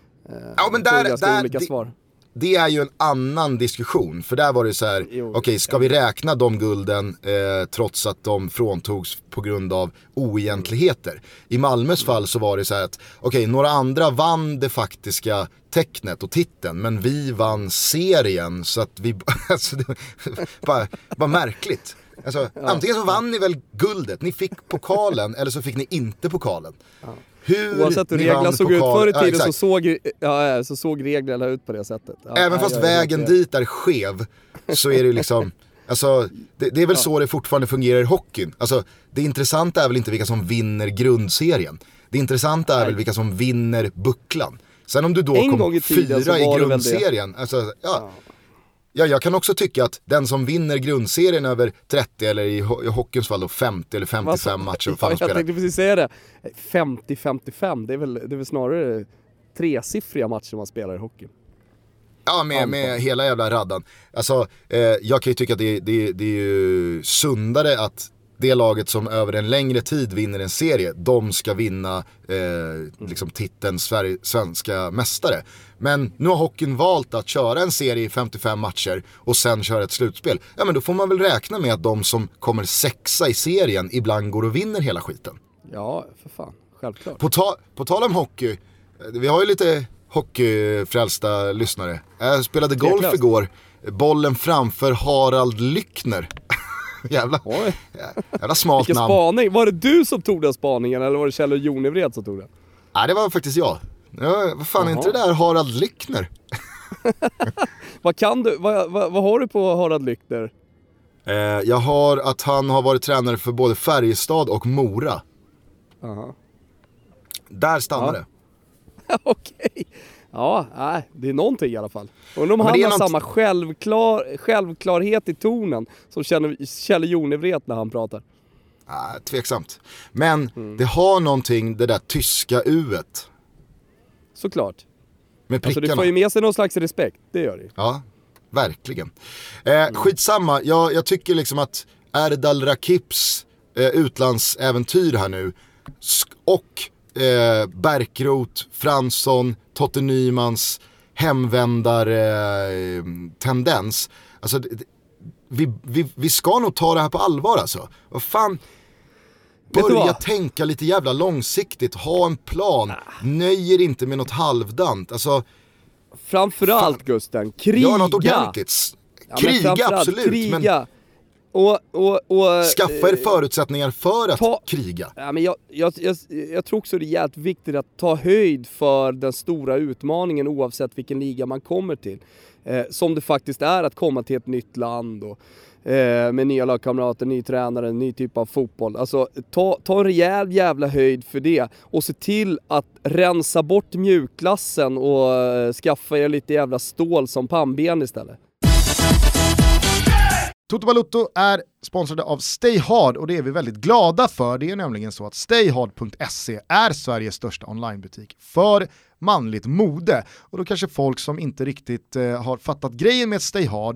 olika svar. Det är ju en annan diskussion, för där var det så här, okej, ska vi räkna de gulden trots att de fråntogs på grund av oegentligheter? I Malmös fall så var det så här att okej, några andra vann det faktiska tecknet och titeln, men vi vann serien, så att vi alltså, det var märkligt. Alltså, antingen så vann ni väl guldet, ni fick pokalen, eller så fick ni inte pokalen. Oavsett hur reglerna såg ut förr i tiden så såg reglerna ut på det sättet. Även fast vägen dit är skev, så är det liksom, alltså, det är väl så det fortfarande fungerar i hockeyn. Alltså, det intressanta är väl inte vilka som vinner grundserien. Det intressanta är väl vilka som vinner bucklan. Sen om du då kom 4 i grundserien, alltså, jag kan också tycka att den som vinner grundserien över 30 eller i hockeyns fall då 50 eller 55 matcher. Jag tänkte precis säga det. 50-55, det är väl snarare 3-siffriga matcher man spelar i hockey. Ja, med hela jävla raddan. Alltså, jag kan ju tycka att det är ju sundare att det laget som över en längre tid vinner en serie, de ska vinna liksom titeln svenska mästare. Men nu har hockeyn valt att köra en serie i 55 matcher och sen köra ett slutspel. Ja, men då får man väl räkna med att de som kommer 6 i serien ibland går och vinner hela skiten. Ja, för fan. Självklart. På tal om hockey, vi har ju lite hockeyfrälsta lyssnare. Jag spelade golf igår. Bollen framför Harald Lyckner. Jävla smart Vilken namn. Spaning. Var det du som tog den spaningen eller var det Kjell Jonevred som tog den? Nej, det var faktiskt jag. Vad fan, är inte det där Harald Lyckner? Vad kan du? Vad har du på Harald Lyckner? Jag har att han har varit tränare för både Färjestad och Mora. Där stannar det. Okej. Ja, det är någonting i alla fall. Och om han har samma självklarhet i tonen som Kjell Jonevret när han pratar. Tveksamt. Men det har någonting, det där tyska uet. Såklart. Med prickarna. Alltså det får ju med sig någon slags respekt, det gör det. Ja. Verkligen. Skitsamma, jag tycker liksom att Erdal Rakips utlandsäventyr här nu och Bärkroth, Fransson, Totte Nymans hemvändar-tendens. Alltså, vi ska nog ta det här på allvar alltså. Vad fan, börja tänka lite jävla långsiktigt, ha en plan, nöjer inte med något halvdant. Alltså, framförallt Gusten, kriga. Gör något ordentligt. Kriga, absolut. Kriga. Men och skaffa er förutsättningar för att kriga. Ja, men jag tror också det är jävligt viktigt att ta höjd för den stora utmaningen oavsett vilken liga man kommer till. Som det faktiskt är att komma till ett nytt land och med nya lagkamrater, ny tränare, ny typ av fotboll. Alltså ta en rejäl jävla höjd för det och se till att rensa bort mjukklassen och skaffa er lite jävla stål som pannben istället. Toto Balotto är sponsrade av Stay Hard och det är vi väldigt glada för. Det är nämligen så att stayhard.se är Sveriges största onlinebutik för manligt mode. Och då kanske folk som inte riktigt har fattat grejen med Stay Hard,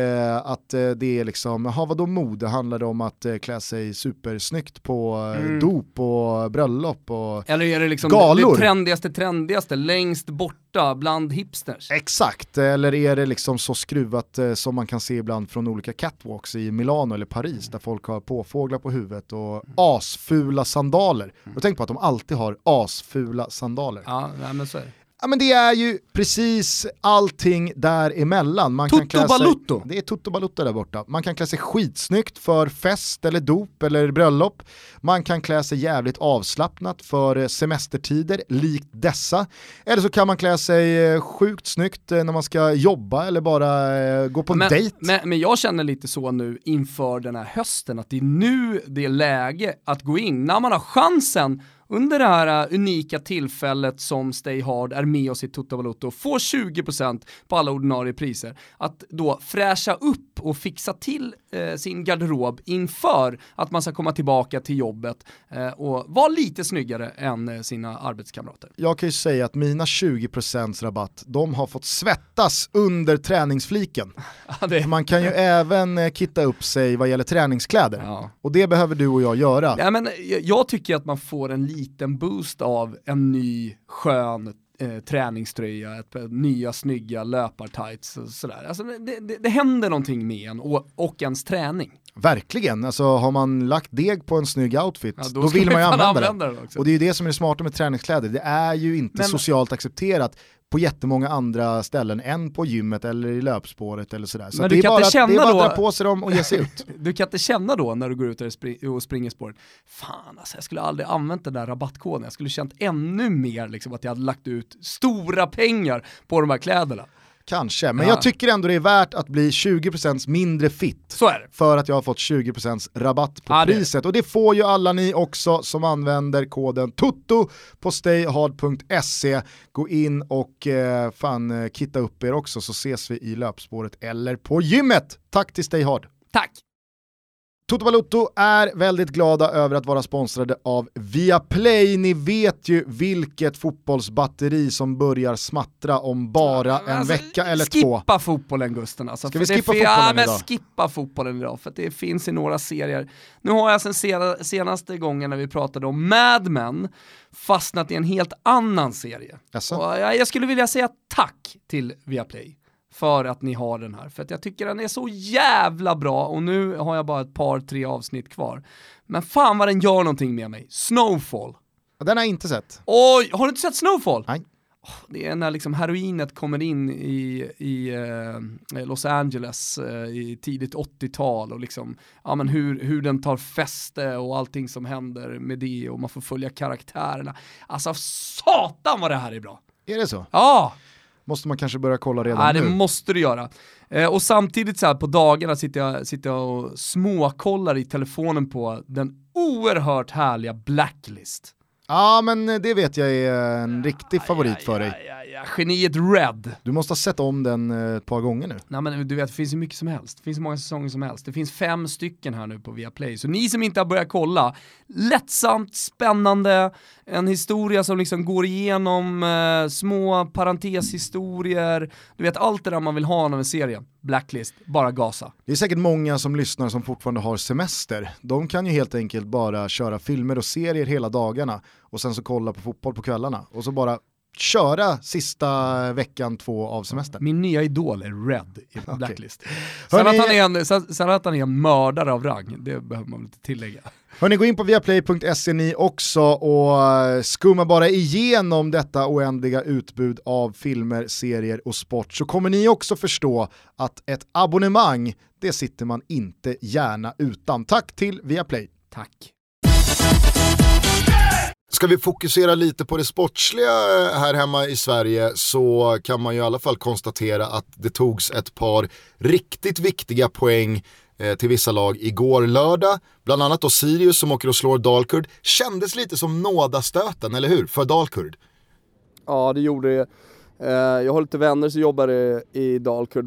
att det är liksom, vadå mode? Handlar det om att klä sig supersnyggt på dop och bröllop och eller är det liksom galor? Det trendigaste, längst borta bland hipsters? Exakt, eller är det liksom så skruvat som man kan se ibland från olika catwalks i Milano eller Paris där folk har påfåglar på huvudet och asfula sandaler. Jag tänker på att de alltid har asfula sandaler. Ja, men så är det. Ja, men det är ju precis allting däremellan. Man Toto kan Balotto. Det är Toto Balotto där borta. Man kan klä sig skitsnyggt för fest eller dop eller bröllop. Man kan klä sig jävligt avslappnat för semestertider likt dessa. Eller så kan man klä sig sjukt snyggt när man ska jobba eller bara gå på en dejt. Men jag känner lite så nu inför den här hösten att det är nu det är läge att gå in när man har chansen under det här unika tillfället som Stay Hard är med oss i Toto Balotto och får 20% på alla ordinarie priser. Att då fräscha upp och fixa till sin garderob inför att man ska komma tillbaka till jobbet och vara lite snyggare än sina arbetskamrater. Jag kan ju säga att mina 20% rabatt, de har fått svettas under träningsfliken. Man kan ju även kitta upp sig vad gäller träningskläder. Ja. Och det behöver du och jag göra. Ja, men jag tycker att man får en liten boost av en ny skön träningströja, nya snygga löpartights och sådär. Alltså det händer någonting med en och ens träning. Verkligen, alltså har man lagt deg på en snygg outfit, då vill man ju använda den. Och det är ju det som är det smarta med träningskläder. Det är ju inte socialt accepterat på jättemånga andra ställen än på gymmet eller i löpspåret eller sådär. Så det är bara att dra på sig dem och ge sig ut. Du kan inte känna då när du går ut och springer spåret, fan alltså jag skulle aldrig använt den där rabattkoden. Jag skulle känt ännu mer liksom att jag hade lagt ut stora pengar på de här kläderna. Kanske, men jag tycker ändå det är värt att bli 20% mindre fit. Så är det. För att jag har fått 20% rabatt på priset. Och det får ju alla ni också som använder koden TOTO på stayhard.se. Gå in och kitta upp er också, så ses vi i löpspåret eller på gymmet. Tack till Stay Hard. Tack. Toto Balotto är väldigt glada över att vara sponsrade av Viaplay. Ni vet ju vilket fotbollsbatteri som börjar smattra om bara en vecka eller två. Skippa fotbollen, Gusten. Alltså, ska vi skippa fotbollen idag? Skippa fotbollen idag, för att det finns i några serier. Nu har jag sen senaste gången när vi pratade om Mad Men fastnat i en helt annan serie. Och jag skulle vilja säga tack till Viaplay för att ni har den här. För att jag tycker den är så jävla bra. Och nu har jag bara ett par, 3 avsnitt kvar. Men fan vad den gör någonting med mig. Snowfall. Den har jag inte sett. Oj, har du inte sett Snowfall? Nej. Det är när liksom heroinet kommer in i Los Angeles i tidigt 80-tal. Och liksom, ja, men hur den tar fäste och allting som händer med det. Och man får följa karaktärerna. Alltså satan vad det här är bra. Är det så? Ja. Måste man kanske börja kolla redan nu? Ja, det måste du göra. Och samtidigt så här på dagarna sitter jag och småkollar i telefonen på den oerhört härliga Blacklist. Ja, men det vet jag är en riktig favorit för dig. Geniet Red. Du måste ha sett om den ett par gånger nu. Nej, men du vet, det finns ju mycket som helst. Det finns så många säsonger som helst. Det finns 5 stycken här nu på Viaplay. Så ni som inte har börjat kolla, lättsamt, spännande, en historia som liksom går igenom små parenteshistorier. Du vet, allt det där man vill ha av en serie. Blacklist, bara gasa. Det är säkert många som lyssnar som fortfarande har semester. De kan ju helt enkelt bara köra filmer och serier hela dagarna och sen så kolla på fotboll på kvällarna och så bara köra sista veckan 2 av semestern. Min nya idol är Red i Blacklist. Hörrni, Sen att han är en mördare av rang, det behöver man lite tillägga. Hörni, gå in på viaplay.se ni också och skumma bara igenom detta oändliga utbud av filmer, serier och sport, så kommer ni också förstå att ett abonnemang, det sitter man inte gärna utan. Tack till Viaplay. Tack. Ska vi fokusera lite på det sportsliga här hemma i Sverige, så kan man ju i alla fall konstatera att det togs ett par riktigt viktiga poäng till vissa lag igår lördag. Bland annat då Sirius som åker och slår Dalkurd. Kändes lite som nådastöten, eller hur? För Dalkurd. Ja, det gjorde det. Jag har lite vänner som jobbar i Dalkurd.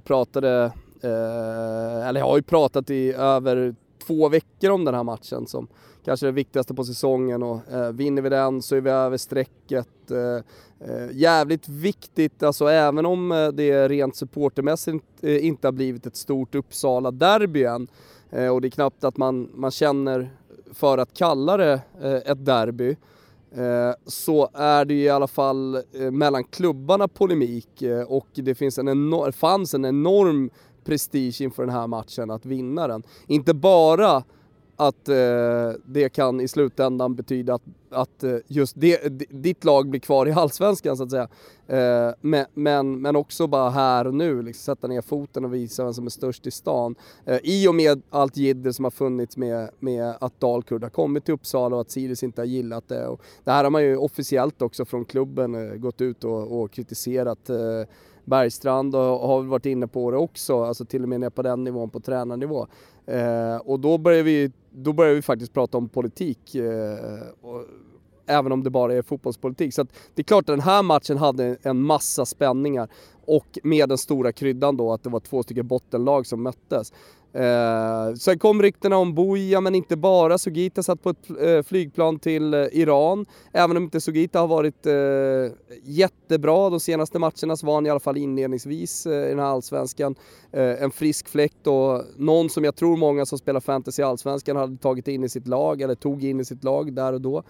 Jag har ju pratat i över 2 veckor om den här matchen som kanske är det viktigaste på säsongen, och vinner vi den så är vi över strecket. Jävligt viktigt, alltså även om det rent supportermässigt inte har blivit ett stort Uppsala-derby än, och det är knappt att man känner för att kalla det ett derby, så är det i alla fall mellan klubbarna polemik, och det fanns en enorm prestige inför den här matchen att vinna den. Inte bara att det kan i slutändan betyda att just ditt lag blir kvar i allsvenskan så att säga. Men också bara här och nu liksom, sätta ner foten och visa vem som är störst i stan. I och med allt jidder som har funnits med att Dalkurd har kommit till Uppsala och att Sirius inte har gillat det. Och det här har man ju officiellt också från klubben gått ut och kritiserat Bergstrand, och har varit inne på det också, alltså till och med ner på den nivån, på tränarnivå. Och då börjar vi faktiskt prata om politik, även om det bara är fotbollspolitik. Så att det är klart att den här matchen hade en massa spänningar, och med den stora kryddan då att det var 2 stycken bottenlag som möttes. Sen kom ryktena om Buja, men inte bara. Sugita satt på ett flygplan till Iran. Även om inte Sugita har varit jättebra de senaste matcherna, så var han i alla fall inledningsvis i den här allsvenskan en frisk fläkt, och någon som jag tror många som spelar fantasy i allsvenskan hade tagit in i sitt lag, eller tog in i sitt lag där och då.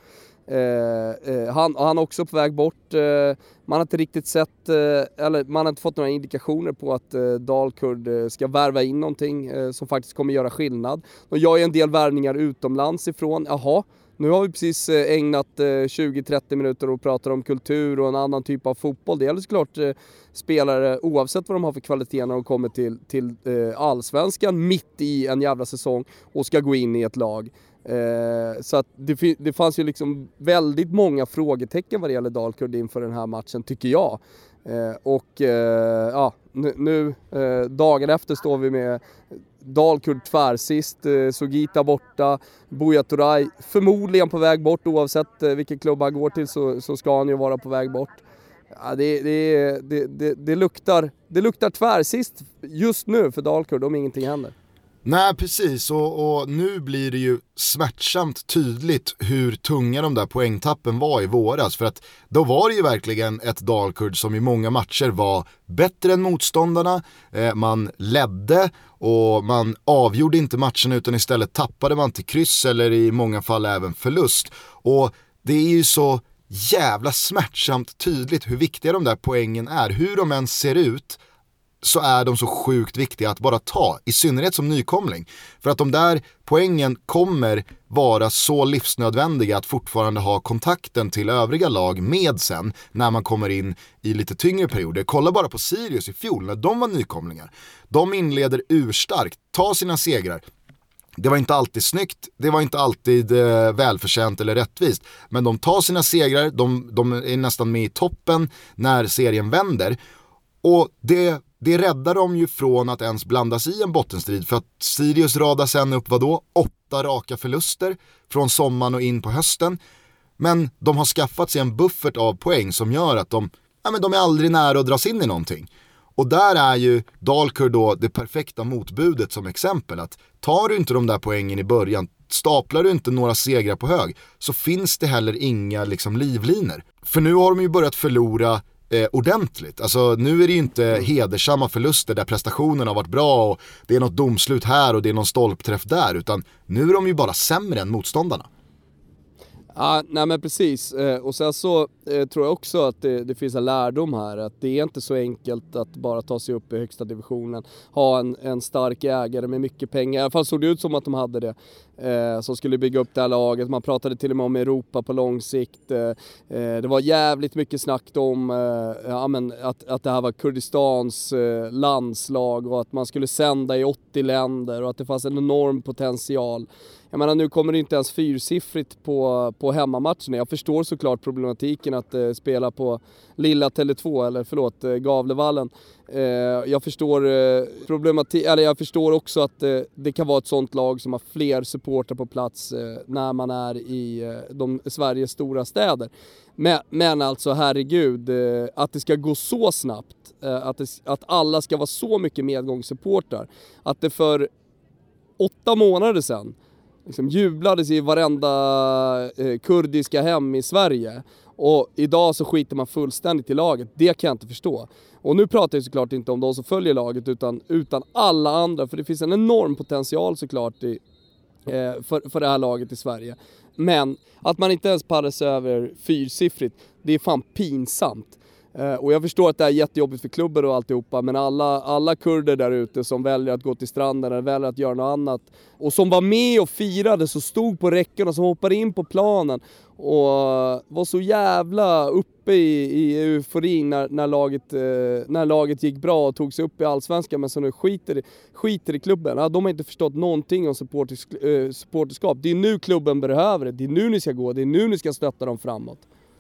Han är också på väg bort. Man har inte riktigt sett, eller man har inte fått några indikationer på att Dalkurd ska värva in någonting som faktiskt kommer göra skillnad. Och jag är en del värvningar utomlands ifrån. Nu har vi precis ägnat 20-30 minuter och pratar om kultur och en annan typ av fotboll. Det är såklart spelare, oavsett vad de har för kvalitet, när de kommer till allsvenskan mitt i en jävla säsong och ska gå in i ett lag. Så att det fanns ju liksom väldigt många frågetecken vad det gäller Dalkurd inför den här matchen, tycker jag. Nu dagen efter står vi med Dalkurd tvärsist, Sugita borta, Buya Turay förmodligen på väg bort. Oavsett vilken klubb han går till så ska han ju vara på väg bort. Ja, det luktar tvärsist just nu för Dalkurd om ingenting händer. Nej, precis, och nu blir det ju smärtsamt tydligt hur tunga de där poängtappen var i våras, för att då var det ju verkligen ett Dalkurd som i många matcher var bättre än motståndarna. Man ledde och man avgjorde inte matchen, utan istället tappade man till kryss eller i många fall även förlust. Och det är ju så jävla smärtsamt tydligt hur viktiga de där poängen är. Hur de än ser ut så är de så sjukt viktiga att bara ta, i synnerhet som nykomling. För att de där poängen kommer vara så livsnödvändiga att fortfarande ha kontakten till övriga lag med sen när man kommer in i lite tyngre perioder. Kolla bara på Sirius i fjol när de var nykomlingar. De inleder urstarkt, tar sina segrar. Det var inte alltid snyggt, det var inte alltid välförtjänt eller rättvist, men de tar sina segrar, de är nästan med i toppen när serien vänder. Och det räddar dem ju från att ens blandas i en bottenstrid, för att Sirius radar sen upp 8 raka förluster från sommaren och in på hösten. Men de har skaffat sig en buffert av poäng som gör att de är aldrig nära att dras in i någonting. Och där är ju Dalkurd då det perfekta motbudet som exempel, att tar du inte de där poängen i början, staplar du inte några segrar på hög, så finns det heller inga liksom livliner. För nu har de ju börjat förlora ordentligt. Alltså nu är det ju inte hedersamma förluster där prestationen har varit bra och det är något domslut här och det är någon stolpträff där, utan nu är de ju bara sämre än motståndarna. Ja, nej men precis. Och sen så tror jag också att det finns en lärdom här. Att det är inte så enkelt att bara ta sig upp i högsta divisionen. Ha en stark ägare med mycket pengar. I alla fall såg det ut som att de hade det. Som skulle bygga upp det här laget. Man pratade till och med om Europa på lång sikt. Det var jävligt mycket snack om att det här var Kurdistans landslag. Och att man skulle sända i 80 länder. Och att det fanns en enorm potential. Jag menar, nu kommer det inte ens fyrsiffrigt på hemmamatcherna. Jag förstår såklart problematiken att spela på lilla Tele2, eller förlåt, Gavlevallen. Jag förstår också att det kan vara ett sånt lag som har fler supportrar på plats när man är i Sveriges stora städer. Men alltså herregud, att det ska gå så snabbt, att alla ska vara så mycket medgångssupportrar. Att det för 8 månader sedan liksom jublades i varenda kurdiska hem i Sverige. Och idag så skiter man fullständigt i laget. Det kan jag inte förstå. Och nu pratar jag såklart inte om de som följer laget utan alla andra. För det finns en enorm potential såklart för det här laget i Sverige. Men att man inte ens pallar sig över fyrsiffrigt, det är fan pinsamt. Och jag förstår att det är jättejobbigt för klubben och alltihopa, men alla kurder där ute som väljer att gå till stranden eller väljer att göra något annat och som var med och firade, så stod på räckorna, som hoppade in på planen och var så jävla uppe i euforin när laget gick bra och tog sig upp i allsvenskan, men som nu skiter i klubben. Ja, de har inte förstått någonting om supporterskap. Det är nu klubben behöver det. Det är nu ni ska gå. Det är nu ni ska stötta dem framåt.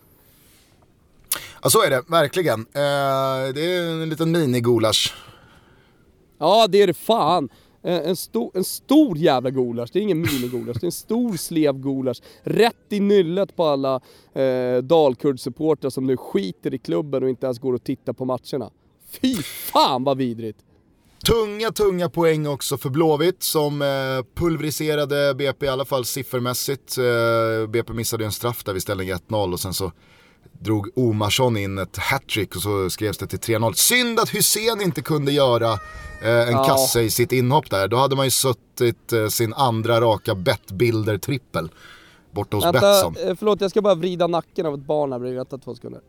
Ja, så är det, verkligen. Det är en liten mini-gulasch. Ja, det är det fan. En stor jävla gulasch. Det är ingen mini-gulasch. Det är en stor slev-gulasch. Rätt i nyllet på alla Dalkurd-supportrar som nu skiter i klubben och inte ens går och tittar på matcherna. Fy fan vad vidrigt. Tunga poäng också för Blåvitt som pulveriserade BP i alla fall siffermässigt. BP missade en straff där vid ställning 1-0 och sen så drog Omarsson in ett hattrick och så skrevs det till 3-0. Synd att Hussein inte kunde göra en kasse i sitt inhopp där. Då hade man ju suttit sin andra raka bettbilder-trippel borta hos Betsson. Förlåt, jag ska bara vrida nacken av ett barn här bredvid. Vänta 2 sekunder.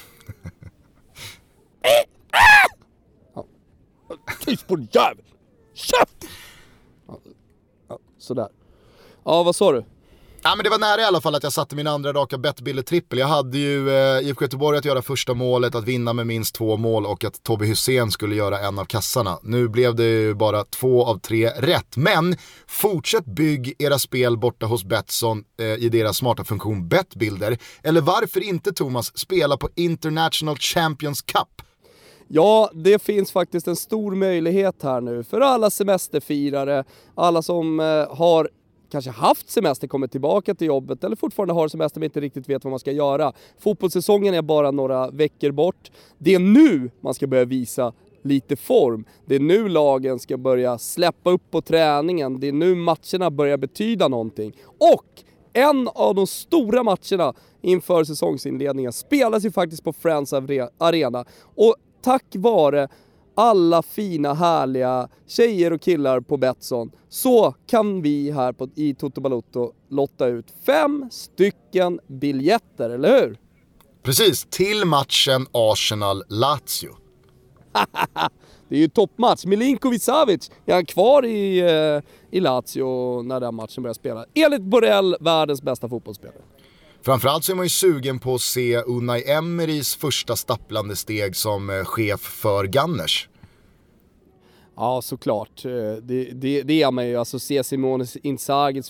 Tyst på din jävel! Käft! Ja, sådär. Ja, vad sa du? Ja, men det var nära i alla fall att jag satte min andra raka bettbilder-trippel. Jag hade ju IFK Göteborg att göra första målet, att vinna med minst 2 mål och att Tobbe Hussein skulle göra en av kassarna. Nu blev det ju bara 2 av 3 rätt. Men fortsätt bygg era spel borta hos Betsson i deras smarta funktion bettbilder. Eller varför inte, Thomas, spela på International Champions Cup? Ja, det finns faktiskt en stor möjlighet här nu för alla semesterfirare, alla som har kanske haft semester, kommit tillbaka till jobbet eller fortfarande har semester men inte riktigt vet vad man ska göra. Fotbollssäsongen är bara några veckor bort. Det är nu man ska börja visa lite form. Det är nu lagen ska börja släppa upp på träningen. Det är nu matcherna börjar betyda någonting. Och en av de stora matcherna inför säsongsinledningen spelas ju faktiskt på Friends Arena. Och tack vare alla fina, härliga tjejer och killar på Betsson så kan vi här i Toto Balotto lotta ut 5 stycken biljetter, eller hur? Precis, till matchen Arsenal-Lazio. Det är ju toppmatch. Milinkovic-Savic är han kvar i Lazio när den matchen börjar spela. Enligt Borrell, världens bästa fotbollsspelare. Framförallt så är man ju sugen på att se Unai Emerys första stapplande steg som chef för Gunners. Ja, såklart. Det är man ju. Alltså se Simone Inzagis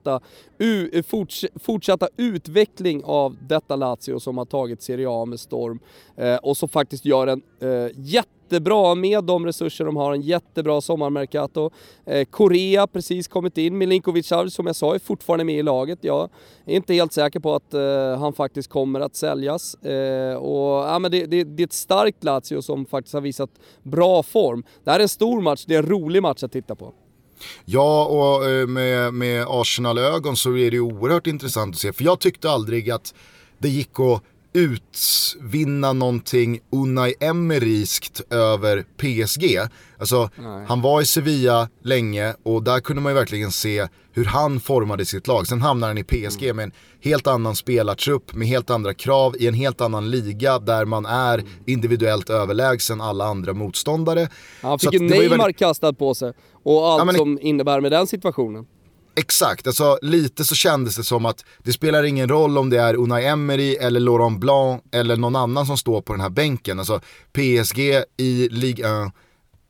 fortsatta utveckling av detta Lazio som har tagit Serie A med storm. Och som faktiskt gör en jättebra med de resurser de har. En jättebra sommarmercato. Korea precis kommit in. Milinkovic-Savic som jag sa är fortfarande med i laget. Jag är inte helt säker på att han faktiskt kommer att säljas. Men det är ett starkt Lazio som faktiskt har visat bra form. Det här är en stor match. Det är en rolig match att titta på. Ja, och med Arsenal-ögon så är det oerhört intressant att se. För jag tyckte aldrig att det gick att utvinna någonting Unai Emeryskt över PSG. Alltså, han var i Sevilla länge och där kunde man ju verkligen se hur han formade sitt lag. Sen hamnar han i PSG med en helt annan spelartrupp, med helt andra krav, i en helt annan liga där man är individuellt överlägsen alla andra motståndare. Han fick ju Neymar kastad på sig och allt som innebär med den situationen. Exakt, alltså lite så kändes det som att det spelar ingen roll om det är Unai Emery eller Laurent Blanc eller någon annan som står på den här bänken. Alltså PSG i Ligue 1,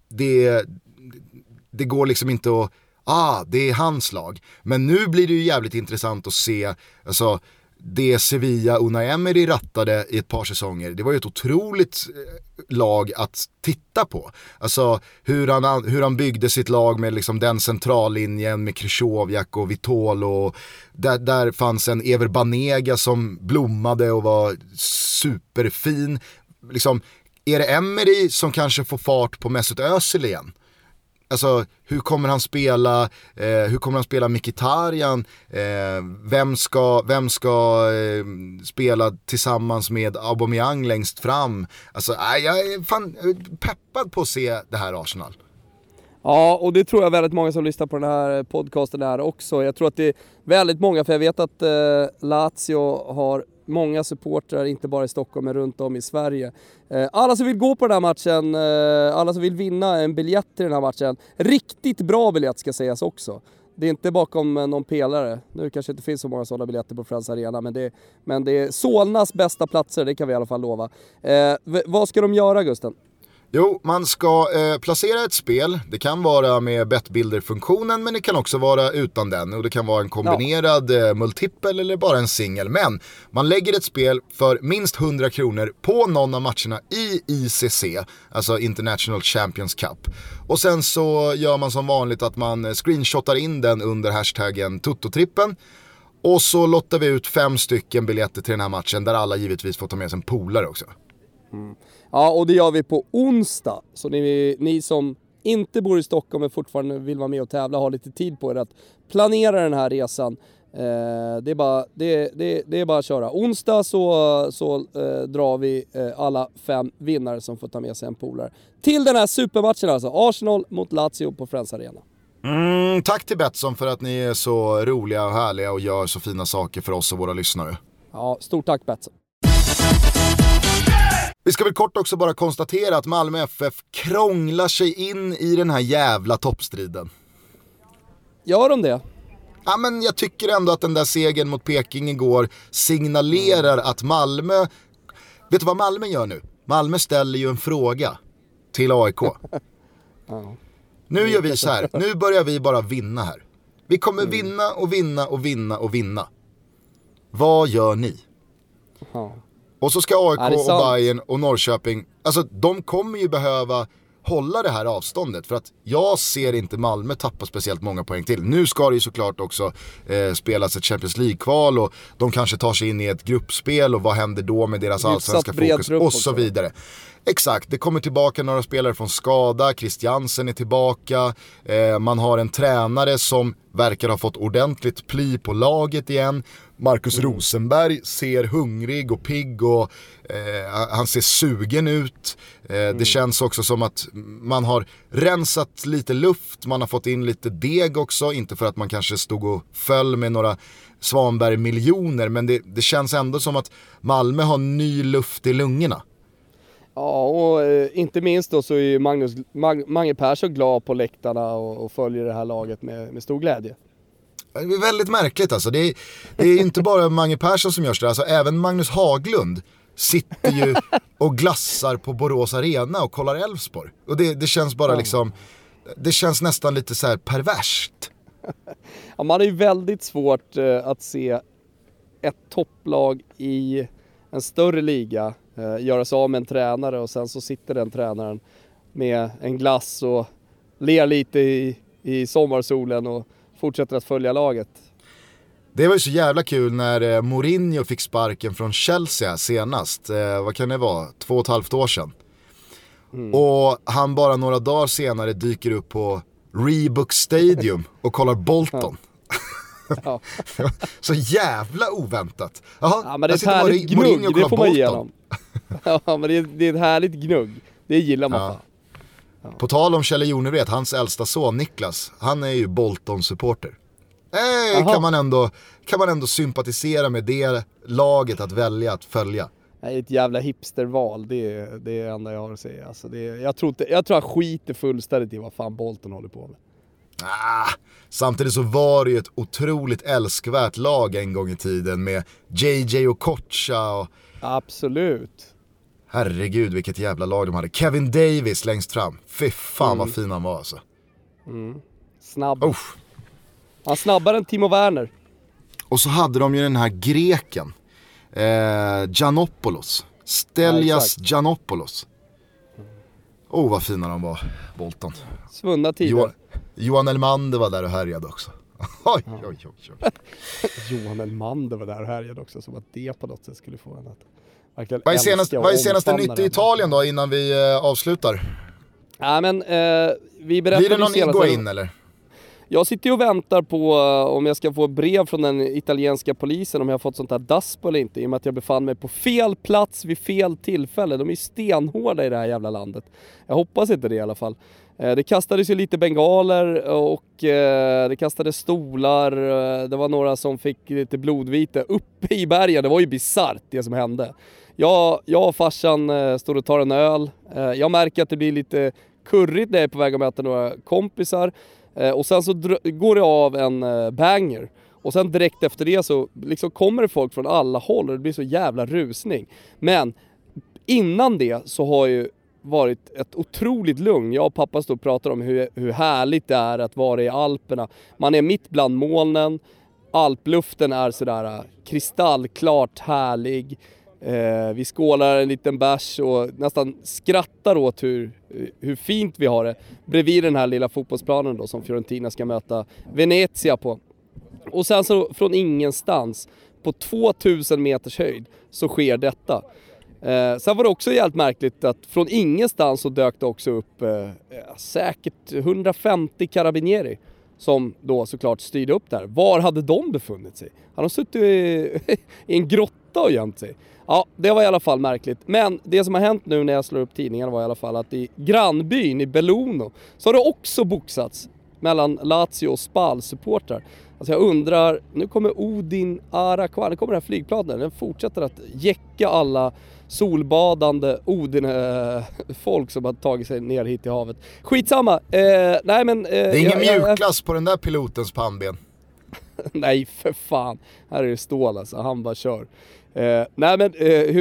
det går liksom inte att, det är hans lag. Men nu blir det ju jävligt intressant att se, alltså det Sevilla Unai Emery rattade i ett par säsonger, det var ju ett otroligt lag att titta på. Alltså hur han byggde sitt lag med liksom den centrallinjen med Krychowiak och Vitolo, och där fanns en Ever Banega som blommade och var superfin. Liksom, är det Emery som kanske får fart på Mesut Özil igen? Alltså hur kommer han spela Mkhitaryan? Vem ska spela tillsammans med Aubameyang längst fram? Alltså jag är fan peppad på att se det här Arsenal. Ja, och det tror jag väldigt många som lyssnar på den här podcasten är också. Jag tror att det är väldigt många, för jag vet att Lazio har många supportrar, inte bara i Stockholm men runt om i Sverige. Alla som vill gå på den här matchen, alla som vill vinna en biljett till den här matchen, riktigt bra biljett ska sägas också. Det är inte bakom någon pelare. Nu kanske inte finns så många sådana biljetter på Friends Arena, men det är Solnas bästa platser, det kan vi i alla fall lova. Vad ska de göra, Gusten? Jo, man ska placera ett spel. Det kan vara med bettbuilder-funktionen, men det kan också vara utan den. Och det kan vara en kombinerad multipel eller bara en singel. Men man lägger ett spel för minst 100 kronor på någon av matcherna i ICC, alltså International Champions Cup. Och sen så gör man som vanligt att man screenshotar in den under hashtaggen Tuttotrippen. Och så lottar vi ut 5 stycken biljetter till den här matchen, där alla givetvis får ta med sig en polare också. Ja, och det gör vi på onsdag. Så ni som inte bor i Stockholm men fortfarande vill vara med och tävla, har lite tid på er att planera den här resan. Det är bara att köra. Onsdag så drar vi alla 5 vinnare som får ta med sig en polare till den här supermatchen, alltså Arsenal mot Lazio på Friends Arena. Tack till Betsson för att ni är så roliga och härliga och gör så fina saker för oss och våra lyssnare. Ja, stort tack Betsson. Vi ska väl kort också bara konstatera att Malmö FF krånglar sig in i den här jävla toppstriden. Gör de det? Ja, men jag tycker ändå att den där segern mot Peking igår signalerar att Malmö... Vet du vad Malmö gör nu? Malmö ställer ju en fråga till AIK. Nu gör vi så här. Nu börjar vi bara vinna här. Vi kommer vinna och vinna och vinna och vinna. Vad gör ni? Och så ska AIK och Bayern och Norrköping, alltså de kommer ju behöva hålla det här avståndet, för att jag ser inte Malmö tappa speciellt många poäng till. Nu ska det ju såklart också spelas ett Champions League-kval och de kanske tar sig in i ett gruppspel, och vad händer då med deras allsvenska fokus och så vidare. Exakt, det kommer tillbaka några spelare från skada, Christiansen är tillbaka, man har en tränare som verkar ha fått ordentligt pli på laget igen. Marcus Rosenberg ser hungrig och pigg och han ser sugen ut. Det känns också som att man har rensat lite luft, man har fått in lite deg också, inte för att man kanske stod och föll med några Svanberg-miljoner, men det känns ändå som att Malmö har ny luft i lungorna. Ja, och inte minst då så är ju Mange Persson glad på läktarna och följer det här laget med stor glädje. Det är väldigt märkligt alltså. Det är inte bara Mange Persson som görs det. Alltså, även Magnus Haglund sitter ju och glassar på Borås Arena och kollar Elfsborg. Och det känns bara liksom... Det känns nästan lite så här perverst. Ja, man är ju väldigt svårt att se ett topplag i en större liga göra sig av med en tränare, och sen så sitter den tränaren med en glass och ler lite i sommarsolen och fortsätter att följa laget. Det var ju så jävla kul när Mourinho fick sparken från Chelsea senast. Vad kan det vara? 2,5 år sedan. Och han bara några dagar senare dyker upp på Reebok Stadium och kollar Bolton. Ja. Så jävla oväntat. Jaha, Ja, men det är ett härligt gnugg, det får man ge honom. Ja, men det är ett härligt gnugg. Det gillar man fan. Ja. På tal om Kjell Jonevret, hans äldsta son Niklas, han är ju Bolton-supporter. Kan man ändå sympatisera med det laget att välja att följa? Det är ett jävla hipsterval, det är det enda jag har att säga. Alltså jag tror han skiter fullständigt i vad fan Bolton håller på med. Samtidigt så var det ju ett otroligt älskvärt lag en gång i tiden med JJ och Kocha och... Absolut. Herregud vilket jävla lag de hade. Kevin Davis längst fram. Fy fan vad fin han var alltså. Snabb. Han är snabbare än Timo Werner. Och så hade de ju den här greken. Giannopoulos. Stelias Giannopoulos. Vad fina de var, Bolton. Svunna tider. Johan Elmander var där och härjade också. Oj. Johan Elmander var där och härjade också, som att det på något sätt skulle få en att vad är senaste nytt i Italien då innan vi avslutar? Ja, men vi berättade. Blir det någon Higuain eller? Jag sitter ju och väntar på om jag ska få brev från den italienska polisen om jag har fått sånt här daspo eller inte, i och med att jag befann mig på fel plats vid fel tillfälle. De är ju stenhårda i det här jävla landet. Jag hoppas inte det i alla fall. Det kastades ju lite bengaler och det kastades stolar. Det var några som fick lite blodvite uppe i bergen. Det var ju bizarrt det som hände. Jag och farsan står och tar en öl. Jag märker att det blir lite kurrigt när jag är på väg att möta några kompisar. Och sen så går det av en banger. Och sen direkt efter det så liksom kommer det folk från alla håll och det blir så jävla rusning. Men innan det så har ju varit ett otroligt lugn. Jag och pappa står och pratar om hur härligt det är att vara i Alperna. Man är mitt bland molnen. Alpluften är sådär kristallklart härlig. Vi skålar en liten bärs och nästan skrattar åt hur fint vi har det. Bredvid den här lilla fotbollsplanen då som Fiorentina ska möta Venezia på. Och sen så från ingenstans på 2000 meters höjd så sker detta. Sen var det också jävligt märkligt att från ingenstans så dök det också upp säkert 150 karabinieri som då såklart styrde upp där. Var hade de befunnit sig? Hade de suttit i en grotta och gömt sig? Ja, det var i alla fall märkligt. Men det som har hänt nu när jag slår upp tidningen var i alla fall att i grannbyn i Belluno så har det också boxats mellan Lazio och Spal-supportrar. Alltså jag undrar, nu kommer Odin Arakwan, nu kommer den här flygplanen, den fortsätter att jäcka alla solbadande Odin-folk som har tagit sig ner hit i havet. Skitsamma! Nej men... det är ingen mjukglass på den där pilotens pannben. Nej för fan, här är det stål alltså, han bara kör. Nej men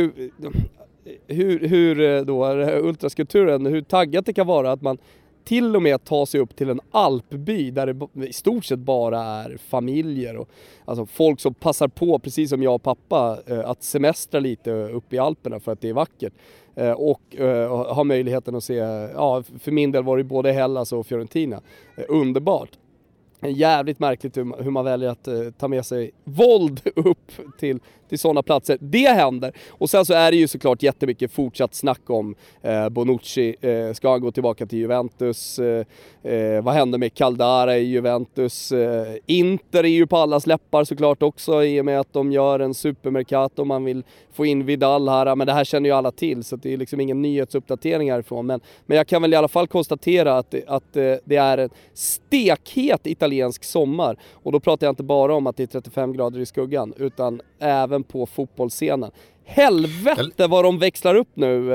hur då ultraskulpturen, hur taggat det kan vara att man till och med tar sig upp till en alpby där det i stort sett bara är familjer och alltså folk som passar på, precis som jag och pappa, att semestra lite upp i Alperna för att det är vackert och ha möjligheten att se, ja för min del var det både Hellas och Fiorentina, underbart. Jävligt märkligt hur man väljer att ta med sig våld upp till sådana platser. Det händer. Och sen så är det ju såklart jättemycket fortsatt snack om Bonucci. Ska han gå tillbaka till Juventus? Vad händer med Caldara i Juventus? Inter är ju på alla läppar såklart också i och med att de gör en supermercato. Man vill få in Vidal här. Men det här känner ju alla till så det är liksom ingen nyhetsuppdatering härifrån. Men jag kan väl i alla fall konstatera att det är en stekhet italiensk sommar. Och då pratar jag inte bara om att det är 35 grader i skuggan utan även på fotbollsscenen. Helvete vad de växlar upp nu,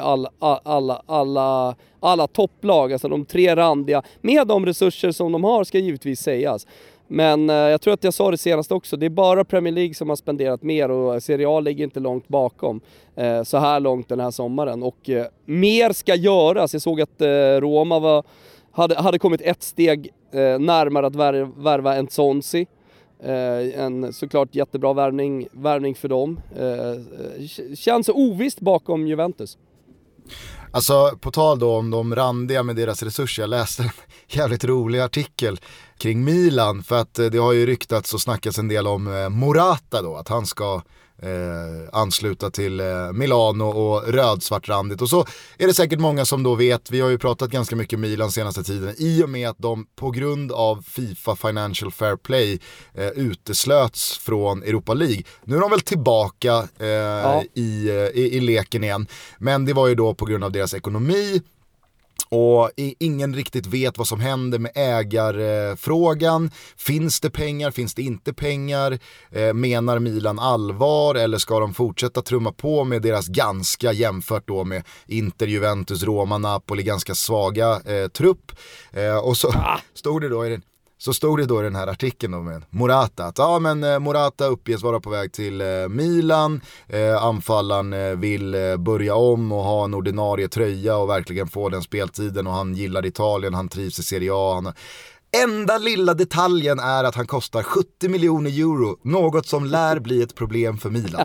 alla topplag, alltså de tre randiga, med de resurser som de har ska givetvis sägas. Men jag tror att jag sa det senast också, det är bara Premier League som har spenderat mer och Serie A ligger inte långt bakom så här långt den här sommaren. Och mer ska göras. Jag såg att Roma hade kommit ett steg närmare att värva en Nsonsi. En såklart jättebra värvning för dem. Känns ovisst bakom Juventus. Alltså på tal då om de randiga med deras resurser, jag läste en jävligt rolig artikel kring Milan för att det har ju ryktats och snackats en del om Morata då, att han ska ansluta till Milano och rödsvartrandigt. Och så är det säkert många som då vet, vi har ju pratat ganska mycket Milan senaste tiden, i och med att de på grund av FIFA Financial Fair Play uteslöts från Europa League. Nu är de väl tillbaka i leken igen, men det var ju då på grund av deras ekonomi. Och ingen riktigt vet vad som händer med ägarfrågan. Finns det pengar? Finns det inte pengar? Menar Milan allvar? Eller ska de fortsätta trumma på med deras ganska, jämfört då med Inter, Juventus, Roma, Napoli, ganska svaga trupp? Och så stod det då i den här artikeln då med Morata att Morata uppges vara på väg till Milan, anfallaren vill börja om och ha en ordinarie tröja och verkligen få den speltiden, och han gillar Italien, han trivs i Serie A. Enda lilla detaljen är att han kostar 70 miljoner euro, något som lär bli ett problem för Milan.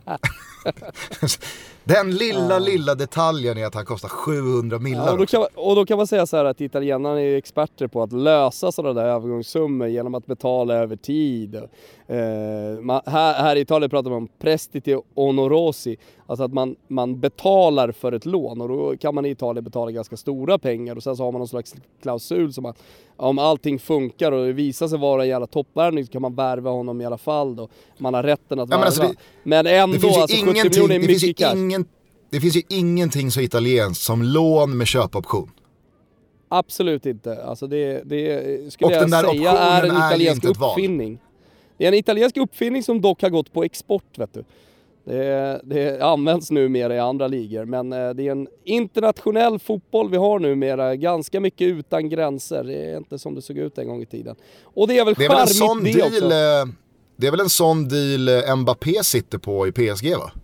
Den lilla detaljen är att han kostar 700 miljoner. Och då kan man säga så här att italienarna är experter på att lösa sådana där övergångssummor genom att betala över tid. Här i Italien pratar man om prestiti onorosi, alltså att man betalar för ett lån, och då kan man i Italien betala ganska stora pengar, och sen så har man någon slags klausul som att om allting funkar och det visar sig vara en jävla toppvärvning så kan man värva honom i alla fall då. Man har rätten att värva. Men ändå, 70 miljoner är mycket cash. Det finns ju ingenting så italienskt som lån med köpoption. Absolut inte. Alltså det skulle jag säga är en italiensk uppfinning. Det är en italiensk uppfinning som dock har gått på export, vet du. Det används numera i andra ligor, men det är en internationell fotboll vi har numera, ganska mycket utan gränser. Det är inte som det såg ut en gång i tiden. Och det är väl charmigt det också. Det är väl en sån deal Mbappé sitter på i PSG, va?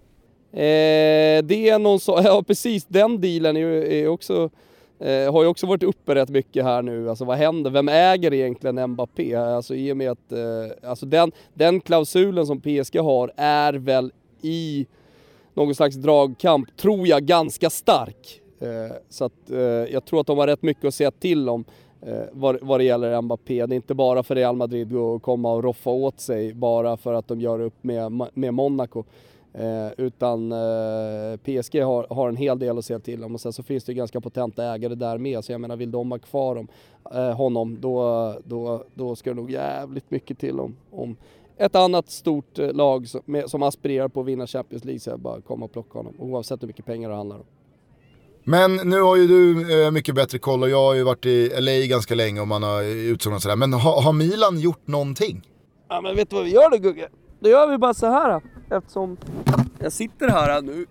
Det är någon så, ja precis, den dealen är också har ju också varit uppe rätt mycket här nu. Alltså vad händer? Vem äger egentligen Mbappé? Alltså i och med att alltså den klausulen som PSG har är väl i någon slags dragkamp, tror jag, ganska stark. Så att jag tror att de har rätt mycket att säga till om vad det gäller Mbappé. Det är inte bara för Real Madrid att komma och roffa åt sig bara för att de gör upp med Monaco. Utan PSG har en hel del att säga till om, och sen så finns det ju ganska potenta ägare där med, så jag menar, vill de ha kvar honom då ska det nog jävligt mycket till om ett annat stort lag som aspirerar på att vinna Champions League, så jag bara komma och plocka honom oavsett hur mycket pengar det handlar om. Men nu har ju du mycket bättre koll, och jag har ju varit i LA ganska länge och man har utsågat sådär, men har Milan gjort någonting? Ja, men vet du vad vi gör då, Gugge? Då gör vi bara så här, eftersom jag sitter här nu,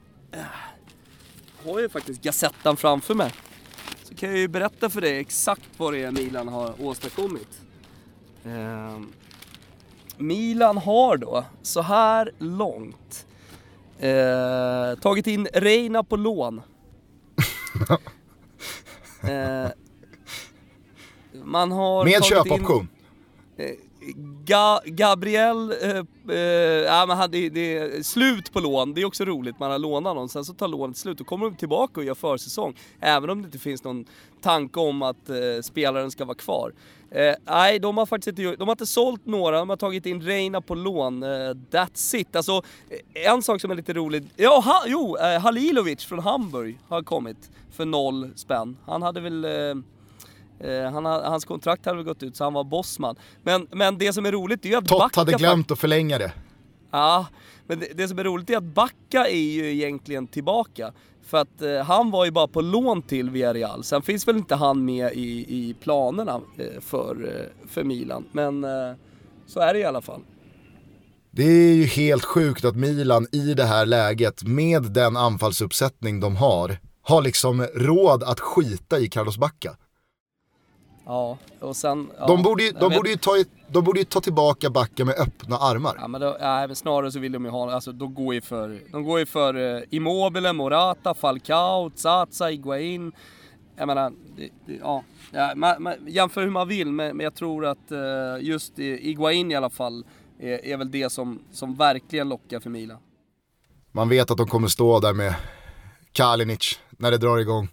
har jag faktiskt Gazettan framför mig, så kan jag ju berätta för dig exakt vad det är Milan har åstadkommit. Milan har då så här långt tagit in Reina på lån. Man har med köpoption. Gabriel men det är slut på lån. Det är också roligt, man har lånat någon, sen så tar lånet slut och kommer de tillbaka och gör försäsong, även om det inte finns någon tanke om att spelaren ska vara kvar. Nej, de har faktiskt inte sålt några, de har tagit in Reina på lån. That's it. Alltså, en sak som är lite rolig, Halilovic från Hamburg har kommit för 0 spänn. Han hade väl hans kontrakt hade väl gått ut, så han var bossman. Men det som är roligt är ju att Tott hade glömt att förlänga det. Ja, men det som är roligt är att Backa är ju egentligen tillbaka. För att han var ju bara på lån till Villarreal. Sen finns väl inte han med i planerna för Milan. Men så är det i alla fall. Det är ju helt sjukt att Milan i det här läget, med den anfallsuppsättning de har liksom råd att skita i Carlos Bacca. Ja, och sen... Ja, de borde ju ta tillbaka Bacca med öppna armar. Ja, men snarare så vill de ju ha... Alltså, de går ju för Immobile, Morata, Falcao, Zaza, Higuain. Jag menar, man jämför hur man vill, men jag tror att just Higuain i alla fall är väl det som verkligen lockar för Milan. Man vet att de kommer stå där med Kalinic när det drar igång.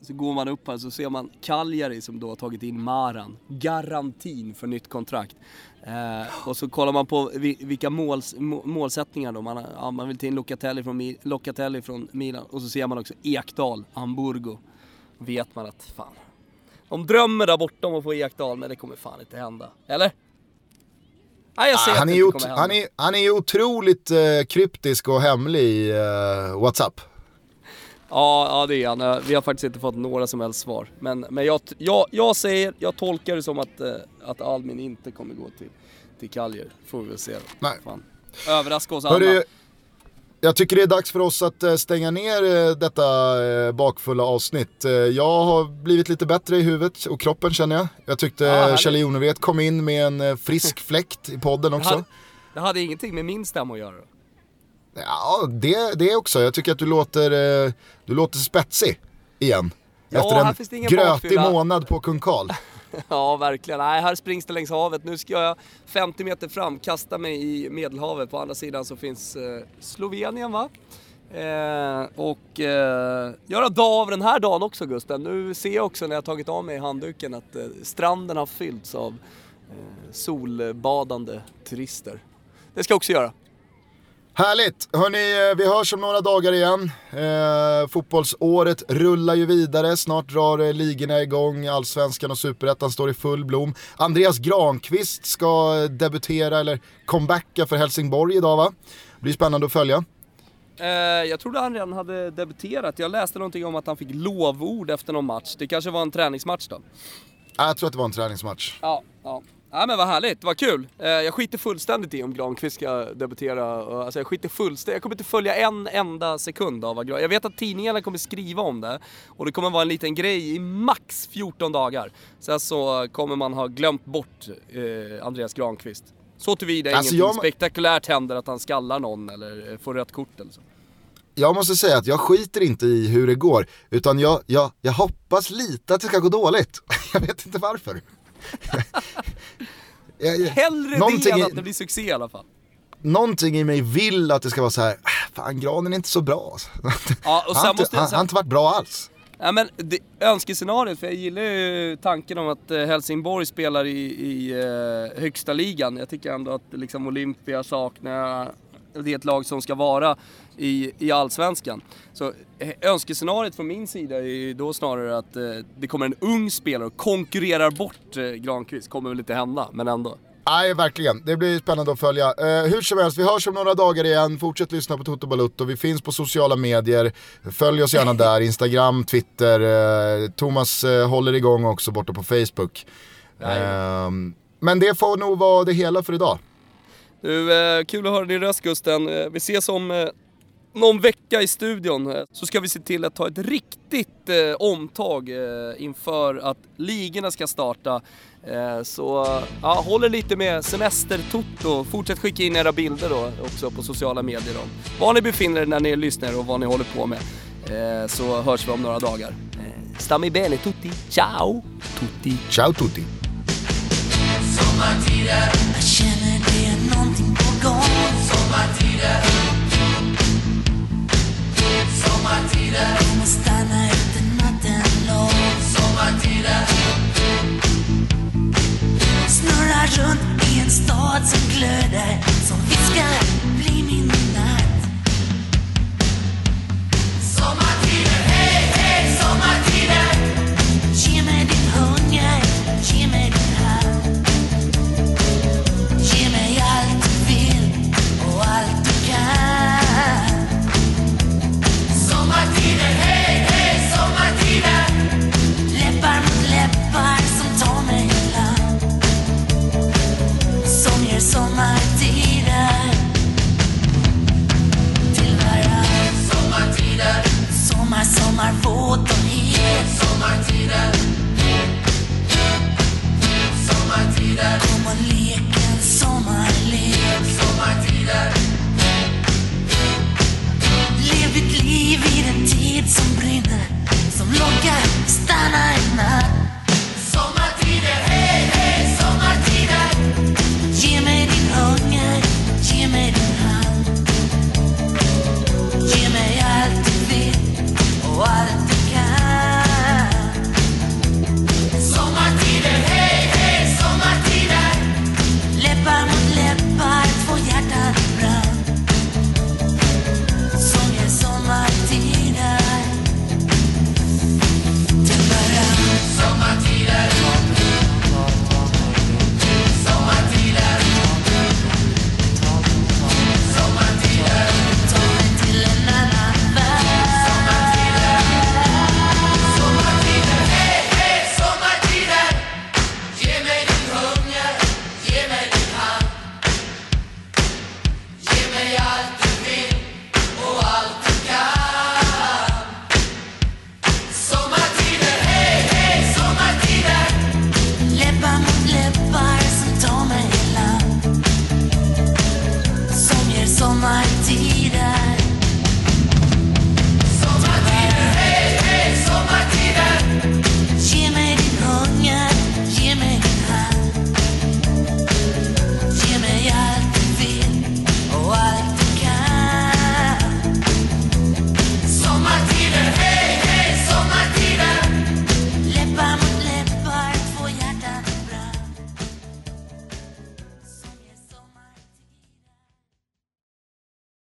Så går man upp här så ser man Cagliari som då har tagit in Maran. Garantin för nytt kontrakt. Och så kollar man på vilka målsättningar då. Man vill ta in Locatelli från Milan. Och så ser man också Ekdal, Hamburgo. Vet man att fan, de drömmer där borta om att få Ekdal, men det kommer fan inte hända. Eller? Nej, jag ser att det inte kommer hända. Han är ju otroligt kryptisk och hemlig i WhatsApp. Ja, det är han. Vi har faktiskt inte fått några som helst svar. Men jag tolkar det som att Almin inte kommer gå till Cagliari. Får vi väl se. Nej. Fan. Överraska oss alla. Jag tycker det är dags för oss att stänga ner detta bakfulla avsnitt. Jag har blivit lite bättre i huvudet och kroppen, känner jag. Jag tyckte Kjell Jonevret kom in med en frisk fläkt i podden också. Det hade ingenting med min stämma att göra. Ja, det också. Jag tycker att du låter spetsig igen. Efter en grötig månad på Kung Karl. Ja, verkligen. Nej, här springs det längs havet. Nu ska jag 50 meter fram, kasta mig i Medelhavet. På andra sidan så finns Slovenien, va? Göra dag av den här dagen också, Gusten. Nu ser jag också när jag tagit av mig handduken att stranden har fyllts av solbadande turister. Det ska jag också göra. Härligt! Hörrni, vi hörs om några dagar igen. Fotbollsåret rullar ju vidare. Snart drar ligorna igång. Allsvenskan och Superettan står i full blom. Andreas Granqvist ska debutera eller comebacka för Helsingborg idag, va? Det blir spännande att följa. Jag trodde han redan hade debuterat. Jag läste någonting om att han fick lovord efter någon match. Det kanske var en träningsmatch då? Jag tror att det var en träningsmatch. Ja. Ja, men vad härligt, vad kul. Jag skiter fullständigt i om Granqvist ska debutera. Alltså jag skiter fullständigt. Jag kommer inte följa en enda sekund av vad jag vet att tidningarna kommer skriva om det. Och det kommer vara en liten grej i max 14 dagar. Sen så kommer man ha glömt bort Andreas Granqvist. Så tillvida ingenting spektakulärt händer att han skallar någon eller får rött kort eller så. Jag måste säga att jag skiter inte i hur det går. Utan jag hoppas lite att det ska gå dåligt. Jag vet inte varför. Hellre det än att det blir succé i alla fall. Någonting i mig vill att det ska vara så här. Fan, Granen är inte så bra. Ja, och han har inte varit bra alls. Ja, men önskescenariot, för jag gillar ju tanken om att Helsingborg spelar i högsta ligan. Jag tycker ändå att liksom Olympia saknar, det är ett lag som ska vara i allsvenskan. Så önskescenariot från min sida är då snarare att det kommer en ung spelare och konkurrerar bort Granqvist. Kommer väl inte hända, men ändå. Nej, verkligen. Det blir spännande att följa. Hur som helst, vi hörs om några dagar igen. Fortsätt lyssna på Toto Balutto. Vi finns på sociala medier. Följ oss gärna där. Instagram, Twitter. Thomas håller igång också borta på Facebook. Men det får nog vara det hela för idag. Du, kul att höra din röst, Gusten. Vi ses om någon vecka i studion. Så ska vi se till att ta ett riktigt omtag inför att ligorna ska starta. Så ja, håller lite med semestertotto. Fortsätt skicka in era bilder då också på sociala medier om var ni befinner er när ni lyssnar och vad ni håller på med. Så hörs vi om några dagar. Stammi bene tutti. Ciao tutti. Ciao tutti. Sommartider, jag känner det är någonting på gång. Sommartider, sommartider, jag måste stanna efter natten lång. Sommartider, snurra runt i en stad som glöder, som viskar bli min natt. Sommartider, hej hej sommartider, ge mig din hunger, ge mig din hand. Ge mig allt du vill och allt du kan. Sommartider, hej hej sommartider, läppar mot läppar som tar mig i land, som ger sommartider till varann. Sommartider, sommar, våt och het. Sommartider,